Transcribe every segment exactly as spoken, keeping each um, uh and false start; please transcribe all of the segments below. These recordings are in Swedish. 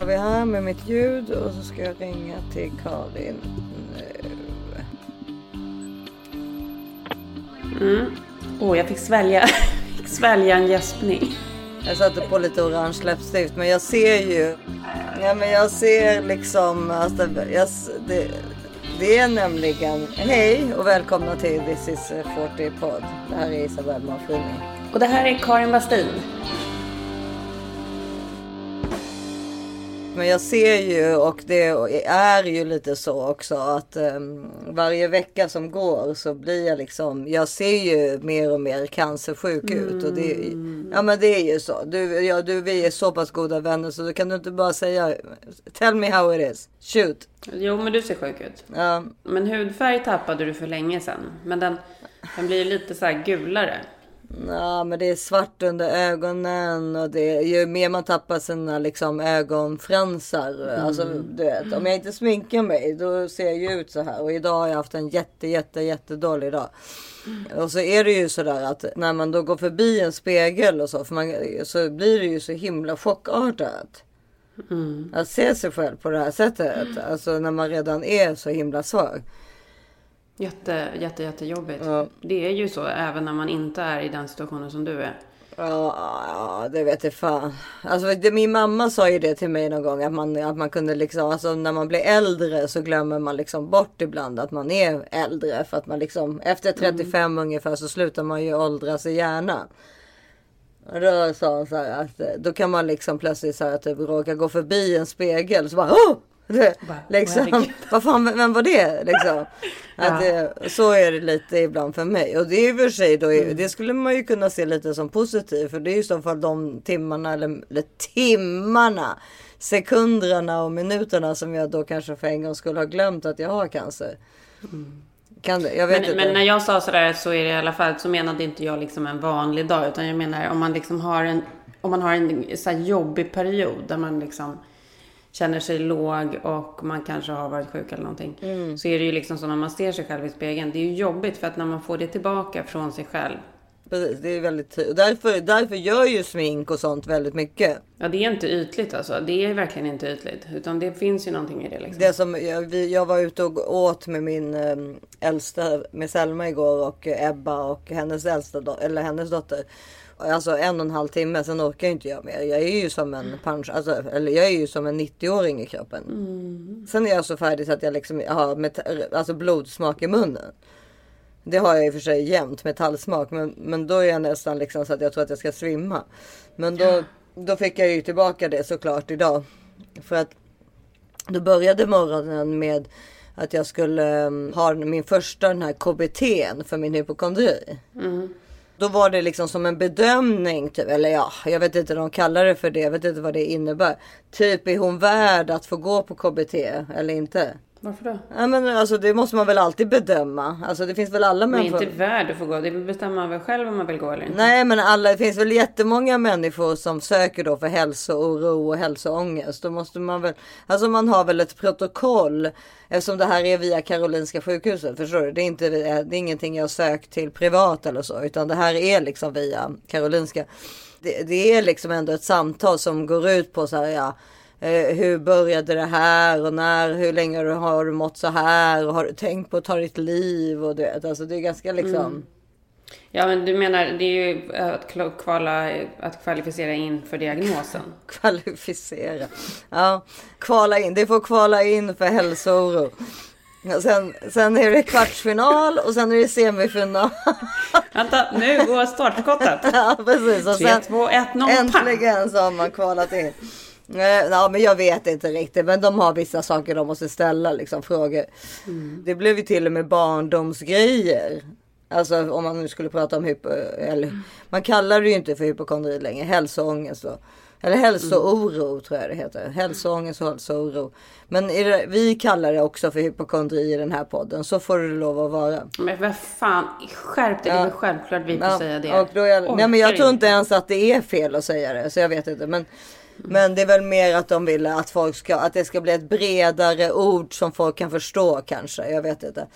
Jag är här med mitt ljud och så ska jag ringa till Karin nu. Mm. Oh, jag fick svälja, fick svälja en gäspning. Jag satte på lite orange läppstift, men jag ser ju, ja men jag ser liksom, alltså, jag, det, det är nämligen, hej och välkomna till This is fyrtio podd. Det här är Isabelle Manfrini. Och det här är Karin Bastin. Men jag ser ju, och det är ju lite så också, att um, varje vecka som går så blir jag liksom, jag ser ju mer och mer cancersjuk ut. Mm. Och det, ja men det är ju så. Du, ja, du, vi är så pass goda vänner så du kan du inte bara säga, tell me how it is, shoot. Jo men du ser sjuk ut. Ja. Men hudfärg tappade du för länge sedan. Men den, den blir lite så här gulare. Ja, men det är svart under ögonen och det ju mer man tappar sina liksom ögonfransar. Mm. Alltså du vet, om jag inte sminkar mig då ser jag ju ut så här. Och idag har jag haft en jätte jätte jätte dålig dag. Mm. Och så är det ju så där att när man då går förbi en spegel och så, för man, så blir det ju så himla chockartat. Mm. Att se sig själv på det här sättet. Mm. Alltså när man redan är så himla svag. Jätte, jätte, jättejobbigt. Ja. Det är ju så, även när man inte är i den situationen som du är. Ja, ja det vet jag fan. Alltså det, min mamma sa ju det till mig någon gång. Att man, att man kunde liksom, alltså när man blir äldre så glömmer man liksom bort ibland att man är äldre. För att man liksom, efter trettiofem mm. ungefär så slutar man ju åldras i hjärnan. Och då sa hon så här att då kan man liksom plötsligt så här att typ råka gå förbi en spegel så bara åh! Det, liksom, vad fan, vem var det liksom? Att det, så är det lite ibland för mig. Och det är ju för sig då, mm. det skulle man ju kunna se lite som positivt. För det är ju så fall de timmarna eller, eller timmarna, sekunderna och minuterna som jag då kanske för en gång skulle ha glömt att jag har cancer. Mm. Kan det? Jag vet men, inte. Men när jag sa sådär så är det i alla fall, så menade inte jag liksom en vanlig dag, utan jag menar om man liksom har en, om man har en så här jobbig period där man liksom känner sig låg och man kanske har varit sjuk eller någonting. Mm. Så är det ju liksom så när man ser sig själv i spegeln. Det är ju jobbigt för att när man får det tillbaka från sig själv. Precis, det är väldigt därför, därför gör ju smink och sånt väldigt mycket. Ja, det är inte ytligt alltså. Det är verkligen inte ytligt. Utan det finns ju någonting i det liksom. Det som jag, vi, jag var ute och åt med min äm, äldsta, med Selma igår och Ebba och hennes äldsta, eller hennes dotter. Alltså en och en halv timme, sen orkar inte jag mer. Jag är ju som en punch, alltså, eller jag är ju som en nittio-åring i kroppen. Mm. Sen är jag så färdig så att jag liksom har met- alltså blodsmak i munnen. Det har jag i och för sig jämt, metallsmak. Men, men då är jag nästan liksom så att jag tror att jag ska svimma. Men då, då fick jag ju tillbaka det såklart idag. För att då började morgonen med att jag skulle um, ha min första den här K B T:n för min hypokondri. Mm. Då var det liksom som en bedömning, typ, eller ja, jag vet inte, de kallar det för det, jag vet inte vad det innebär. Typ, är hon värd att få gå på K B T eller inte? Varför då? Ja, men alltså det måste man väl alltid bedöma. Alltså det finns väl alla människor. Men inte värd att få gå, det bestämmer man väl själv om man vill gå eller inte. Nej, men alla, det finns väl jättemånga människor som söker då för hälsooro och hälsoångest. Då måste man väl, alltså man har väl ett protokoll. Eftersom det här är via Karolinska sjukhuset, förstår du? Det är, inte, det är ingenting jag sökt till privat eller så. Utan det här är liksom via Karolinska. Det, det är liksom ändå ett samtal som går ut på så här, ja. Eh, hur började det här och när, hur länge har du mått så här och har du tänkt på att ta ditt liv och det, alltså det är ganska liksom. Mm. Ja, men du menar det är ju att kvala, att kvalificera in för diagnosen. Kvalificera. Ja, kvala in, det får kvala in för hälsooro. Sen, sen är det kvartsfinal och sen är det semifinal. Vänta, nu går startskottet. Ja, precis. Och tre, två, ett, noll, äntligen så har man kvalat in. Ja, men jag vet inte riktigt, men de har vissa saker de måste ställa liksom, frågor. Mm. Det blev ju till och med barndomsgrejer. Alltså om man nu skulle prata om hypo, eller mm. man kallar det ju inte för hypokondri längre, hälsoångest då. Eller hälsooro mm. tror jag det heter. Hälsoångest och hälsooro. Men är det, vi kallar det också för hypokondri i den här podden. Så får det lov att vara. Men vad fan, skärp det. Ja. Det är väl självklart vi får ja. säga det. Och då jag, nej, men jag tror inte ens att det är fel att säga det. Så jag vet inte. Men, mm. men det är väl mer att de vill att folk ska, att det ska bli ett bredare ord som folk kan förstå kanske. Jag vet inte.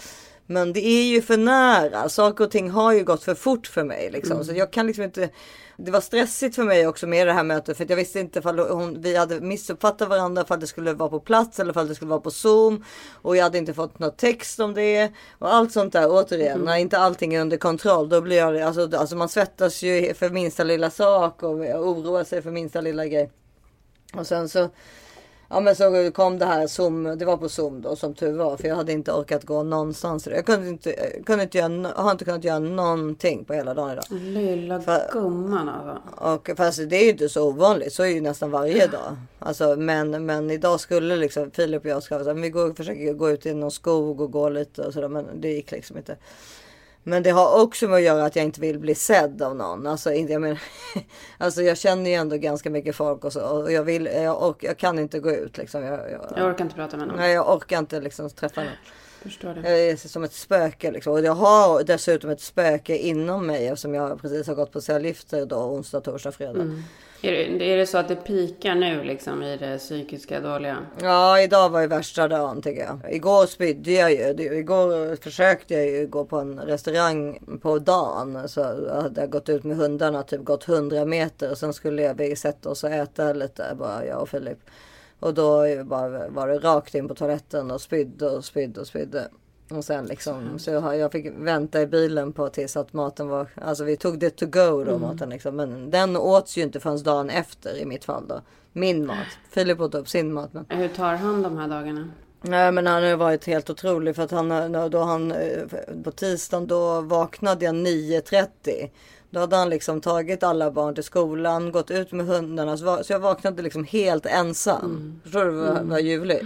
Men det är ju för nära. Saker och ting har ju gått för fort för mig. Liksom. Mm. Så jag kan liksom inte... Det var stressigt för mig också med det här mötet. För jag visste inte ifall hon, vi hade missuppfattat varandra. För att det skulle vara på plats eller för att det skulle vara på Zoom. Och jag hade inte fått något text om det. Och allt sånt där återigen. Mm. När inte allting är under kontroll. Då blir jag... Alltså, alltså man svettas ju för minsta lilla sak. Och oroar sig för minsta lilla grej. Och sen så... Ja, men så kom det här Zoom, det var på Zoom då som tur var, för jag hade inte orkat gå någonstans. Jag kunde inte, kunde inte göra, har inte kunnat göra någonting på hela dagen idag. Lilla för, gumman alltså. Och fast det är ju inte så ovanligt, så är ju nästan varje dag. Alltså, men, men idag skulle liksom Filip och jag ska, så, vi går, försöker gå ut i någon skog och gå lite och sådär, men det gick liksom inte. Men det har också med att göra att jag inte vill bli sedd av någon. Alltså, jag, menar, alltså jag känner ju ändå ganska mycket folk och så. Och jag, vill, jag, ork, jag kan inte gå ut. Liksom. Jag, jag, jag orkar inte prata med någon. Nej, jag orkar inte liksom, träffa någon. Förstår det. Jag är som ett spöke. Liksom. Och jag har dessutom ett spöke inom mig. Eftersom jag precis har gått på cellgifter då, onsdag, torsdag, fredag. Mm. Är det, är det så att det pikar nu liksom i det psykiska dåliga? Ja, idag var ju värsta dagen tycker jag. Igår spydde jag ju. Igår försökte jag ju gå på en restaurang på dagen. Så jag hade gått ut med hundarna, typ gått hundra meter. Och sen skulle jag sätta oss och äta lite, bara jag och Filip. Och då bara, var det rakt in på toaletten och spydde och spydde och spydde. Och sen liksom, så jag, jag fick vänta i bilen på tills att maten var, alltså vi tog det to go då, mm. maten liksom. Men den åts ju inte förrän dagen efter i mitt fall då. Min mat. Filip åt upp sin mat. Men. Hur tar han de här dagarna? Nej, men han har varit helt otrolig för att han, då han, på tisdagen då vaknade jag nio trettio. Då hade han liksom tagit alla barn till skolan, gått ut med hundarna. Så jag vaknade liksom helt ensam. Mm. Förstår du vad, mm. vad ljuvligt?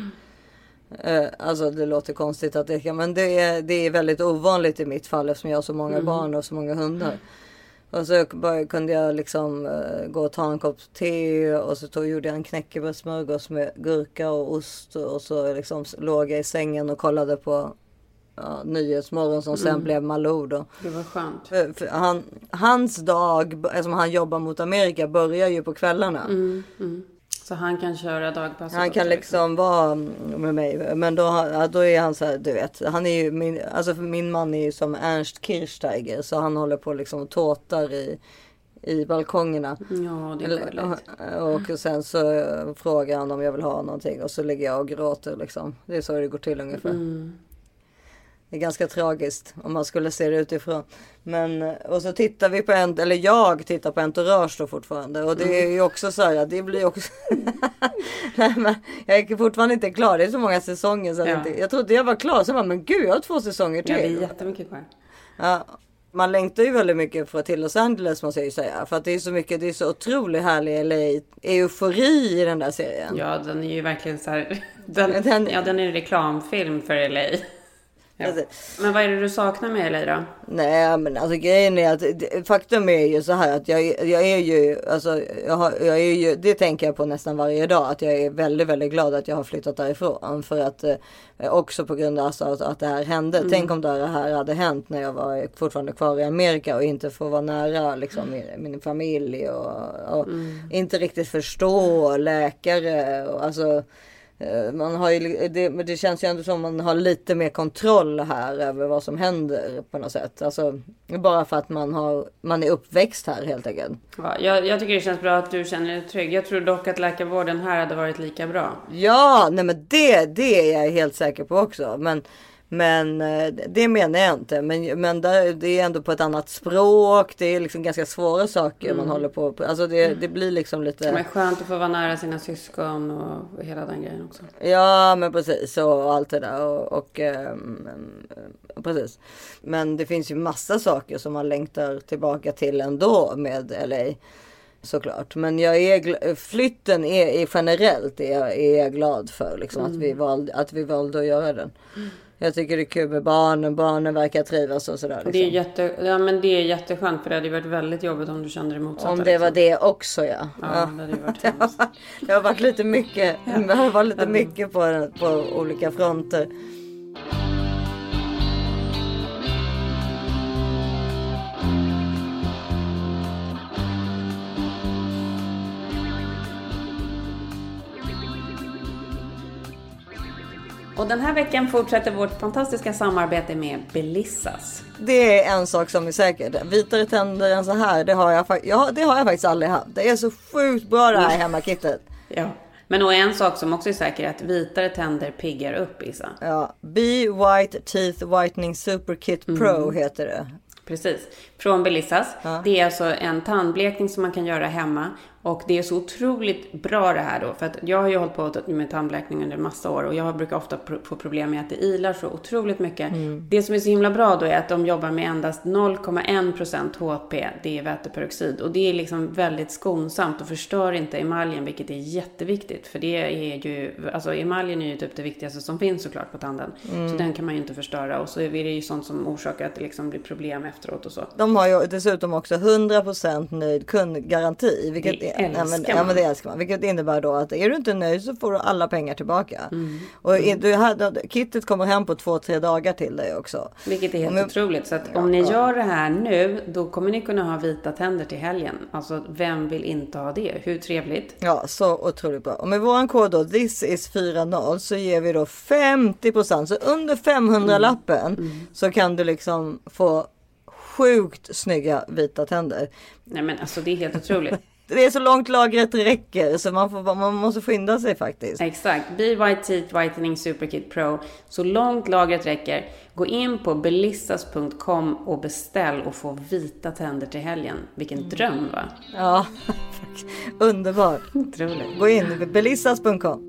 Uh, alltså det låter konstigt att det kan, men det är, det är väldigt ovanligt i mitt fall eftersom jag har så många mm. barn och så många hundar. Och så bara, kunde jag liksom uh, gå och ta en kopp te och så tog, gjorde jag en knäckebrödssmörgås med gurka och ost och så liksom låg jag i sängen och kollade på ja, Nyhetsmorgon som sen mm. blev Malou då. Det var skönt. För, för han, hans dag, eftersom han jobbar mot Amerika, börjar ju på kvällarna. Mm. Mm. Så han kan köra dagpass. Han kan liksom vara med mig. Men då, då är han så här, du vet. Han är ju min, alltså för min man är ju som Ernst Kirchsteiger. Så han håller på liksom tåtar i, i balkongerna. Ja, det är gulligt. Och, och sen så frågar han om jag vill ha någonting. Och så ligger jag och gråter liksom. Det är så det går till ungefär. Mm. Det är ganska tragiskt om man skulle se det utifrån. Men, och så tittar vi på en, eller jag tittar på Entourage då fortfarande. Och det är ju också så här, det blir också... Nej, men jag är fortfarande inte klar, det är så många säsonger. Så ja. inte, jag trodde jag var klar, så bara, men gud jag har två säsonger till. Ja, det är jättemycket kvar. Ja, man längtar ju väldigt mycket för till Los Angeles måste jag ju säga. För att det är så mycket, det är så otroligt härlig L A eufori i den där serien. Ja, den är ju verkligen så här... Den, den, ja, den är en reklamfilm för L A. Ja. Men vad är det du saknar med L A då? Nej, men alltså grejen är att faktum är ju så här att jag, jag är ju, alltså jag, har, jag är ju, det tänker jag på nästan varje dag, att jag är väldigt, väldigt glad att jag har flyttat därifrån. För att eh, också på grund av alltså, att, att det här hände. Mm. Tänk om det här hade hänt när jag var fortfarande kvar i Amerika och inte får vara nära liksom, min, min familj och, och mm. inte riktigt förstå läkare och alltså... Man har ju, det, men det känns ju ändå som man har lite mer kontroll här över vad som händer på något sätt. Alltså, bara för att man, har, man är uppväxt här helt enkelt. Ja, jag, jag tycker det känns bra att du känner dig trygg. Jag tror dock att läkarvården här hade varit lika bra. Ja, nej men det, det är jag helt säker på också. Men, men det menar jag inte. Men, men där, det är ändå på ett annat språk. Det är liksom ganska svåra saker mm. man håller på. Alltså det, det blir liksom lite... Men skönt att få vara nära sina syskon och hela den grejen också. Ja, men precis. Och allt det där. Och, och ähm, precis. Men det finns ju massa saker som man längtar tillbaka till ändå med L A. Såklart. Men jag är, flytten är, är generellt är jag, är jag glad för. Liksom, mm. att, vi valde, att vi valde att göra den. Mm. Jag tycker det är kul med barnen. Barnen verkar trivas och sådär. Liksom. Det är jätte, ja, men det är jätteskönt för det hade varit väldigt jobbigt om du kände dig motsatt. Om det liksom. Var det också, ja. Ja, ja. Det hade varit det, har, det har varit lite mycket. Det har varit lite mycket på, på olika fronter. Och den här veckan fortsätter vårt fantastiska samarbete med Belissas. Det är en sak som är säker. Vitare tänder än så här, det har jag, ja, det har jag faktiskt aldrig haft. Det är så sjukt bra det här hemmakittet. Ja, men och en sak som också är säker är att vitare tänder piggar upp, Isa. Ja, Be White Teeth Whitening Super Kit Pro mm. heter det. Precis, från Belissas. Ja. Det är alltså en tandblekning som man kan göra hemma. Och det är så otroligt bra det här då. För att jag har ju hållit på med tandblekning under en massa år. Och jag brukar ofta få problem med att det ilar så otroligt mycket. Mm. Det som är så himla bra då är att de jobbar med endast noll komma en procent H P. Det är väteperoxid. Och det är liksom väldigt skonsamt och förstör inte emaljen. Vilket är jätteviktigt. För det är ju, alltså emaljen är ju typ det viktigaste som finns såklart på tanden. Mm. Så den kan man ju inte förstöra. Och så är det ju sånt som orsakar att det liksom blir problem efteråt och så. De har ju dessutom också hundra procent nöjd kundgaranti. Vilket är Ja men, ja men det älskar man. Vilket innebär då att är du inte nöjd så får du alla pengar tillbaka. Mm. Och mm. Du här, kittet kommer hem på två, tre dagar till dig också. Vilket är helt men, otroligt. Så att ja, om ni ja. gör det här nu, då kommer ni kunna ha vita tänder till helgen. Alltså vem vill inte ha det? Hur trevligt? Ja, så otroligt bra. Och med våran kod då, this is fyrtio, så ger vi då femtio procent. Så under femhundra-lappen mm. mm. så kan du liksom få sjukt snygga vita tänder. Nej men alltså det är helt otroligt. Det är så långt lagret räcker så man, får, man måste skynda sig faktiskt. Exakt. Be White Teeth Whitening Super Kit Pro. Så långt lagret räcker. Gå in på belissas punkt com och beställ och få vita tänder till helgen. Vilken mm. dröm va? Ja, underbart. Otroligt. Gå in på belissas punkt com.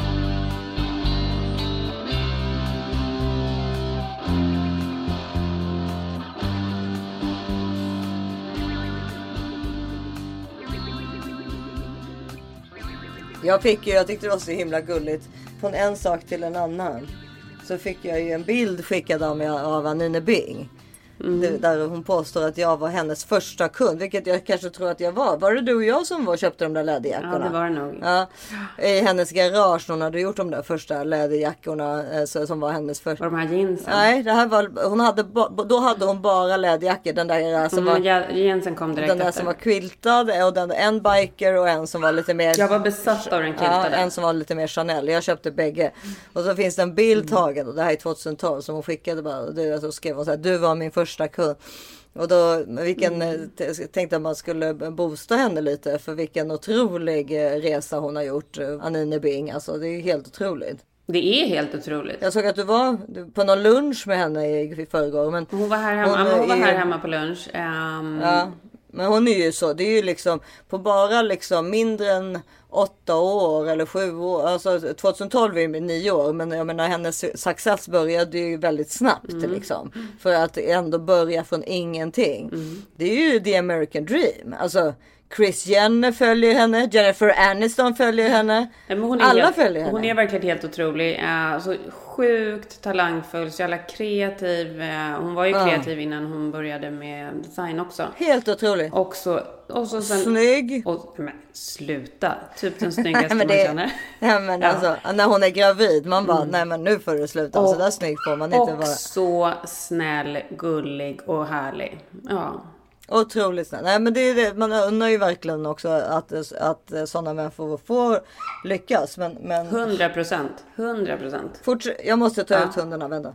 Jag fick ju, jag tyckte det var så himla gulligt. Från en sak till en annan. Så fick jag ju en bild skickad av mig av Anine Bing. Mm. Det, där hon påstår att jag var hennes första kund. Vilket jag kanske tror att jag var. Var det du och jag som var och köpte de där läderjackorna? Ja, det var det nog. Ja, i hennes garage. Hon hade gjort de där första läderjackorna. Eh, som var hennes första. Och de här jeansen? Nej, det här var, hon hade, då hade hon bara läderjackor. Den där som mm, var, ja, jeansen kom direkt den där efter. som var quiltad. Och den, en biker och en som var lite mer. Jag var besatt av den quiltade. Ja, en som var lite mer Chanel. Jag köpte bägge. Och så finns det en bild tagen. Och det här är tjugohundratolv som hon skickade bara. Och det, så skrev hon så här: du var min första kund. Och då vilken, mm. tänkte att man skulle boosta henne lite. För vilken otrolig resa hon har gjort, Anine Bing. Alltså det är helt otroligt. Det är helt otroligt. Jag såg att du var på någon lunch med henne i, i förrgår. Men hon var här hemma, hon, hon var här ju, hemma på lunch. Um... Ja, men hon är ju så. Det är ju liksom på bara liksom mindre än åtta år eller sju år. Alltså tjugotolv är nio år. Men jag menar hennes success började ju väldigt snabbt mm. liksom. För att ändå börja från ingenting. Mm. Det är ju the American dream. Alltså Kris Jenner följer henne. Jennifer Aniston följer henne. Nej, men hon är alla helt, följer henne. Hon är verkligen helt otrolig. Alltså, sjukt talangfull. Så jävla kreativ. Hon var ju ja. kreativ innan hon började med design också. Helt otrolig. Och så, och så sen, snygg. Och, men sluta. Typ den snyggaste men det, man känner. Ja, men ja. Alltså, när hon är gravid. Man bara, mm. nej men nu får du sluta. Och, så där snygg får man inte och vara. Och så snäll, gullig och härlig. Ja. Otroligt snäll. Nej men det är det. Man undrar ju verkligen också att, att sådana människor får lyckas. Men, men... hundra procent. hundra procent. Forts- jag måste ta ja. ut hundarna. Vänta.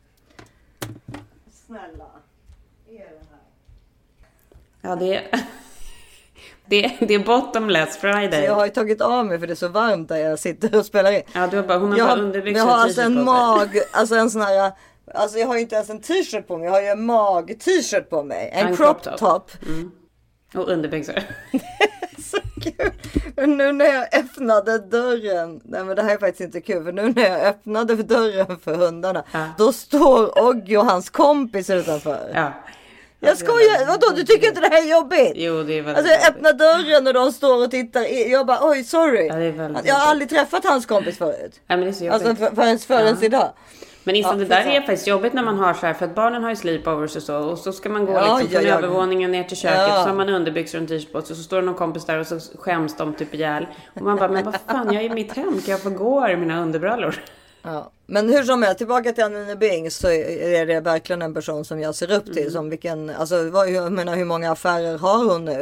Snälla. Är den här? Ja det är... Det är, det är bottomless Friday. Så jag har ju tagit av mig för det är så varmt där jag sitter och spelar in. Ja, du har bara, hon har jag bara har, underbyxor jag har alltså en mag, sig. alltså en sån här, alltså jag har ju inte ens en t-shirt på mig. Jag har ju en mag-t-shirt på mig. En, en crop top. top. Mm. Och underbyxor. Så kul. Men nu när jag öppnade dörren. Nej men det här är faktiskt inte kul. För nu när jag öppnade för dörren för hundarna. Ja. Då står Oggy och hans kompis utanför. Ja. Jag skojar, vadå? Du tycker inte det här är jobbigt? Jo, det är väldigt Alltså jag öppnar dörren och de står och tittar. Jag bara, oj, sorry. Ja, det är väldigt jag har aldrig träffat hans kompis förut. Ja, men det är så jobbigt. Alltså för, förrän, förrän ja. idag. Men ja, det där är faktiskt jobbigt när man har så här. För att barnen har ju sleepovers och så. Och så ska man gå ja, liksom från ja, ja. övervåningen ner till köket. Ja. Så har man underbyxor och en t-shirt på sig. Så står någon kompis där och så skäms de typ ihjäl. Och man bara, men vad fan, jag är i mitt hem. Kan jag få gå i mina underbrallor? Ja. Men hur som helst, tillbaka till Anine Bing, så är det verkligen en person som jag ser upp till. Mm. Som vilken, alltså, vad, jag menar, hur många affärer har hon nu?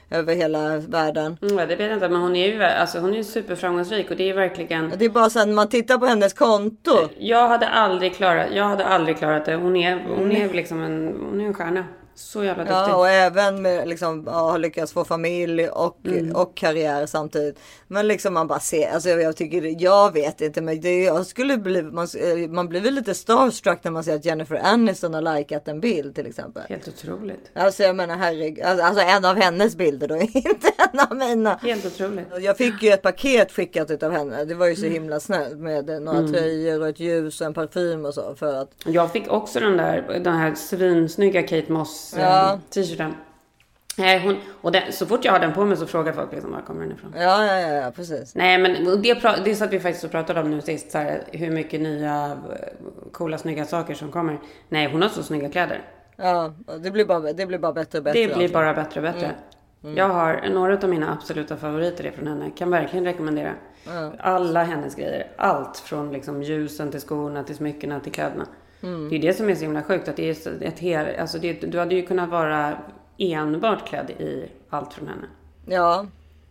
över hela världen. Mm, det vet jag inte, men hon är ju alltså, hon är ju superframgångsrik och det är verkligen... Det är bara så att man tittar på hennes konto. Jag hade aldrig klarat, jag hade aldrig klarat det. Hon är, hon är liksom en, hon är en stjärna. Så jävla duktig. Ja, och även med, liksom, ja, har lyckats få familj och, mm. och karriär samtidigt. Men liksom man bara ser, alltså jag, jag tycker, jag vet inte, men det, jag skulle bli, man, man blir väl lite starstruck när man ser att Jennifer Aniston har likat en bild till exempel. Helt otroligt. Alltså jag menar, herregud, alltså en av hennes bilder då, inte en av mina. Helt otroligt. Jag fick ju ett paket skickat utav henne, det var ju så himla snällt med några mm. tröjor och ett ljus och en parfym och så. För att... Jag fick också den där, den här svinsnygga Kate Moss ja. t-shirten. Nej, hon, och den, så fort jag har den på mig så frågar folk liksom, var kommer den ifrån? Ja, ja, ja, ja precis. Nej, men det, det satt vi faktiskt och pratade om nu sist, så här, hur mycket nya coola, snygga saker som kommer. Nej, hon har så snygga kläder. Ja, det blir bara, det blir bara bättre och bättre. Det blir alltså. bara bättre och bättre. Mm. Mm. Jag har några av mina absoluta favoriter från henne. Kan verkligen rekommendera. Mm. Alla hennes grejer. Allt från liksom ljusen till skorna till smyckena till kläderna. Mm. Det är det som är så himla sjukt. Att det är ett hel, alltså det, du hade ju kunnat vara enbart klädd i allt från henne. Ja.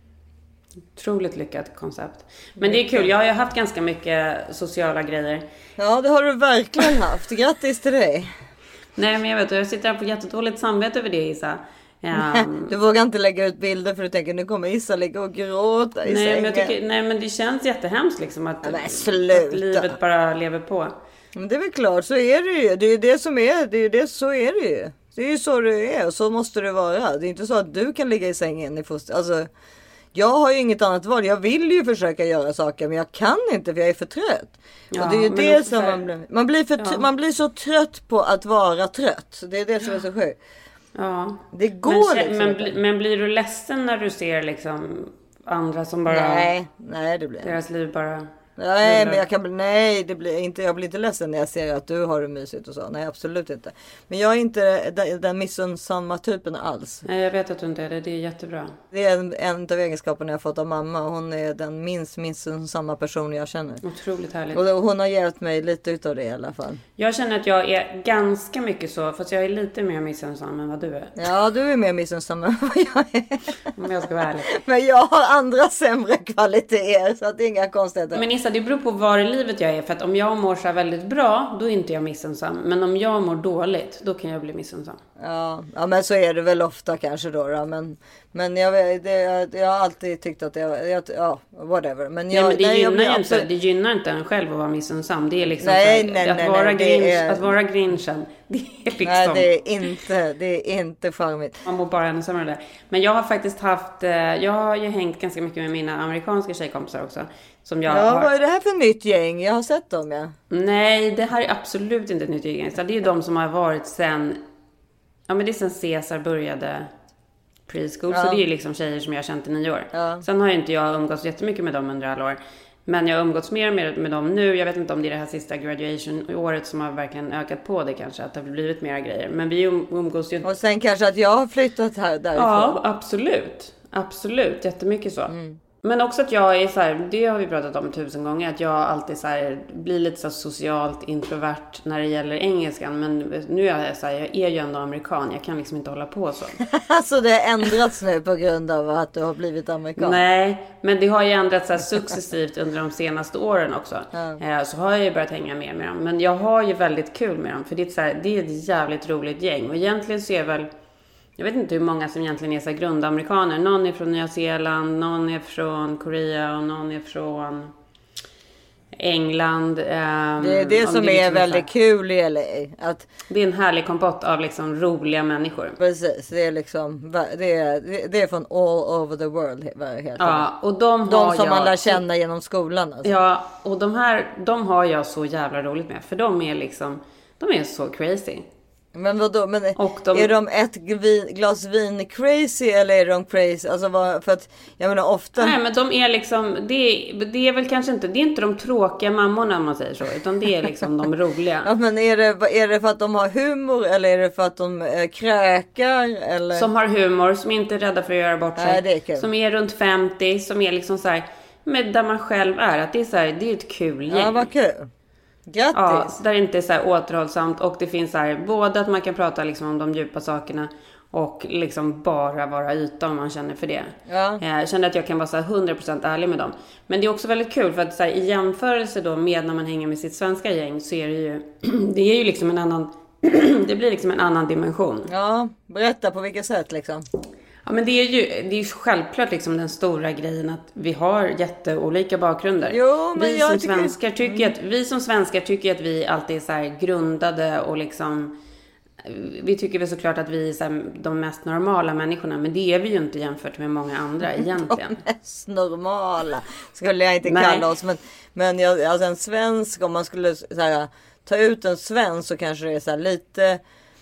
Otroligt lyckat koncept. Men det är kul. Jag har ju haft ganska mycket sociala grejer. Ja, det har du verkligen haft. Grattis till dig. Nej, men jag vet. Jag sitter här på jättedåligt samvete över det, Isa. Um, du vågar inte lägga ut bilder för du tänker nu kommer Issa ligga och gråta i nej, sängen. Men jag tycker, nej men det känns jättehemskt liksom att, ja, att livet bara lever på. Men det är väl klart, så är det ju. Det är ju det som är, det är ju det, så är det ju. Det är ju så det är och så måste det vara. Det är inte så att du kan ligga i sängen i foster. Alltså, jag har ju inget annat val. Jag vill ju försöka göra saker men jag kan inte för jag är för trött. Ja, och det är ju det som man blir. Man blir, för, ja. man blir så trött på att vara trött. Det är det som är så sjukt. Ja. Det går men, liksom men, bli, men blir du ledsen när du ser liksom andra som bara... Nej, nej det blir deras liv bara... Nej, men jag kan bli, nej, det blir inte, jag blir inte ledsen när jag ser att du har det mysigt och så. Nej, absolut inte. Men jag är inte den, den missunnsamma typen alls. Nej, jag vet att du inte är det. Det är jättebra. Det är en, en av egenskaperna jag fått av mamma. Hon är den minst missunnsamma person jag känner. Otroligt härligt. Och hon har hjälpt mig lite utav det i alla fall. Jag känner att jag är ganska mycket så, fast jag är lite mer missunnsam än vad du är. Ja, du är mer missunnsam än vad jag är. Om jag ska vara ärlig. Men jag har andra sämre kvaliteter, så att det är inga konstigheter. Men Issa, det beror på var i livet jag är. För att om jag mår så väldigt bra, då är inte jag missunnsam. Men om jag mår dåligt, då kan jag bli missunnsam. Ja, ja men så är det väl ofta kanske då. då. Men, men jag, det, jag har alltid tyckt att jag, jag ja, whatever. Men, jag, nej, men det, nej, gynnar jag inte, absolut... det gynnar inte en själv att vara missunnsam. Det är liksom nej, så här, nej, att, nej, vara nej, grinch, är... att vara grinchen. Det är liksom... Nej, det är inte, det är inte charmigt. Man mår bara ännu sämre där. Men jag har faktiskt haft, jag har ju hängt ganska mycket med mina amerikanska tjejkompisar också. Som jag ja, har... vad är det här för nytt gäng? Jag har sett dem, ja. Nej, det här är absolut inte ett nytt gäng. Det är ju de som har varit sen, ja men det är sen Cesar började preschool. Ja. Så det är ju liksom tjejer som jag har känt i nio år. Ja. Sen har ju inte jag umgåtts jättemycket med dem under alla år. Men jag har umgåtts mer med, med dem nu. Jag vet inte om det är det här sista graduation-året som har verkligen ökat på det kanske. Att det har blivit mera grejer. Men vi um, umgås ju... Och sen kanske att jag har flyttat här därifrån. Ja, absolut. Absolut, jättemycket så. Mm. Men också att jag är så här, det har vi pratat om tusen gånger, att jag alltid så här, blir lite så socialt introvert när det gäller engelskan. Men nu är jag så här, jag är ju ändå amerikan, jag kan liksom inte hålla på så. Så det har ändrats nu på grund av att du har blivit amerikan? Nej, men det har ju ändrats så här successivt under de senaste åren också. Ja. Så har jag ju börjat hänga mer med dem. Men jag har ju väldigt kul med dem, för det är, så här, det är ett jävligt roligt gäng. Och egentligen så är väl... Jag vet inte hur många som egentligen är så här grundamerikaner. Någon är från Nya Zeeland, någon är från Korea och någon är från England. Um, det är det som det är, är väldigt kul i L A. Att det är en härlig kompott av liksom roliga människor. Precis, det är liksom det är, det är från all over the world. Helt ja, och de, har de som jag, man lär känna genom skolan. Alltså. Ja, och de här de har jag så jävla roligt med. För de är liksom, de är så crazy. Men vadå, men de... är de ett glas vin crazy eller är de crazy? Alltså vad, för att jag menar ofta... Nej, men de är liksom, det är, det är väl kanske inte, det är inte de tråkiga mammorna om man säger så, utan det är liksom de roliga. Ja, men är det, är det för att de har humor eller är det för att de äh, kräkar? Eller? Som har humor, som inte är rädda för att göra bort sig. Nej, det är kul. Som är runt femtio, som är liksom så här, med där man själv är, att det är så här, det är ett kul gäng. Ja, vad kul. Grattis! Ja, där det inte är så här återhållsamt. Och det finns så här, både att man kan prata liksom om de djupa sakerna och liksom bara vara yta om man känner för det. Ja. Jag känner att jag kan vara så här hundra procent ärlig med dem. Men det är också väldigt kul för att så här, i jämförelse då med när man hänger med sitt svenska gäng så är det ju, det är ju liksom en annan, det blir liksom en annan dimension. Ja, berätta på vilket sätt liksom. Ja, men det är ju, det är ju självklart liksom den stora grejen att vi har jätteolika bakgrunder. Jo, men vi jag som tycker... svenskar tycker att vi som svenskar tycker att vi alltid är så här grundade och liksom, vi tycker väl såklart att vi är så här de mest normala människorna, men det är vi ju inte jämfört med många andra egentligen. De mest normala skulle jag inte Nej. kalla oss, men men jag, alltså en svensk, om man skulle så här, ta ut en svensk så kanske det är så här lite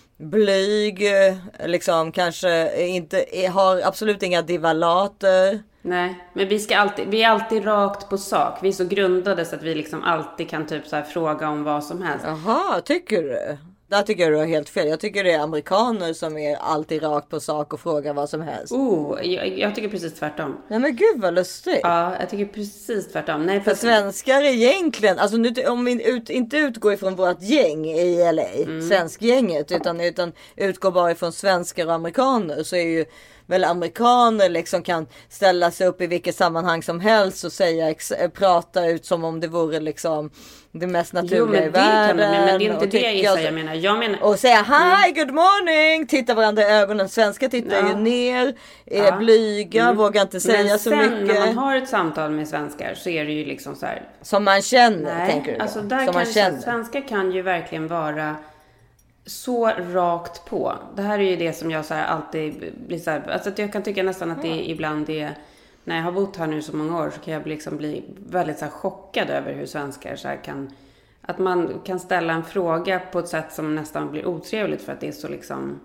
blyg, liksom kanske inte har absolut inga divalater. Nej, men vi ska alltid, vi är alltid rakt på sak. Vi är så grundade så att vi liksom alltid kan typ så här fråga om vad som helst. Jaha, tycker du? Där tycker jag du har helt fel. Jag tycker det är amerikaner som är alltid rakt på sak och frågar vad som helst. Oh, jag, jag tycker precis tvärtom. Nej men gud vad lustigt. Ja, jag tycker precis tvärtom. Nej, för för svenskar egentligen, alltså nu, om vi ut, inte utgår ifrån vårt gäng i L A, mm. svenskgänget, utan, utan utgår bara ifrån svenskar och amerikaner, så är ju väl amerikaner liksom kan ställa sig upp i vilket sammanhang som helst och säga, ex, prata ut som om det vore liksom det mest naturliga jo, men i världen. Det men det är inte det jag, jag menar. Jag menar. Och säga hi, good morning, titta varandra i ögonen. Svenska tittar ja. ju ner, är ja. blyga, mm. vågar inte säga men så sen, mycket. när man har ett samtal med svenskar så är det ju liksom så här. Som man känner, nej, tänker du då? Alltså där som kan man känner. Svenskar kan ju verkligen vara så rakt på. Det här är ju det som jag så här alltid blir så här, alltså att jag kan tycka nästan att det ja. ibland är, när jag har bott här nu så många år så kan jag liksom bli väldigt så här chockad över hur svenskar så här kan, att man kan ställa en fråga på ett sätt som nästan blir otrevligt för att det är så liksom.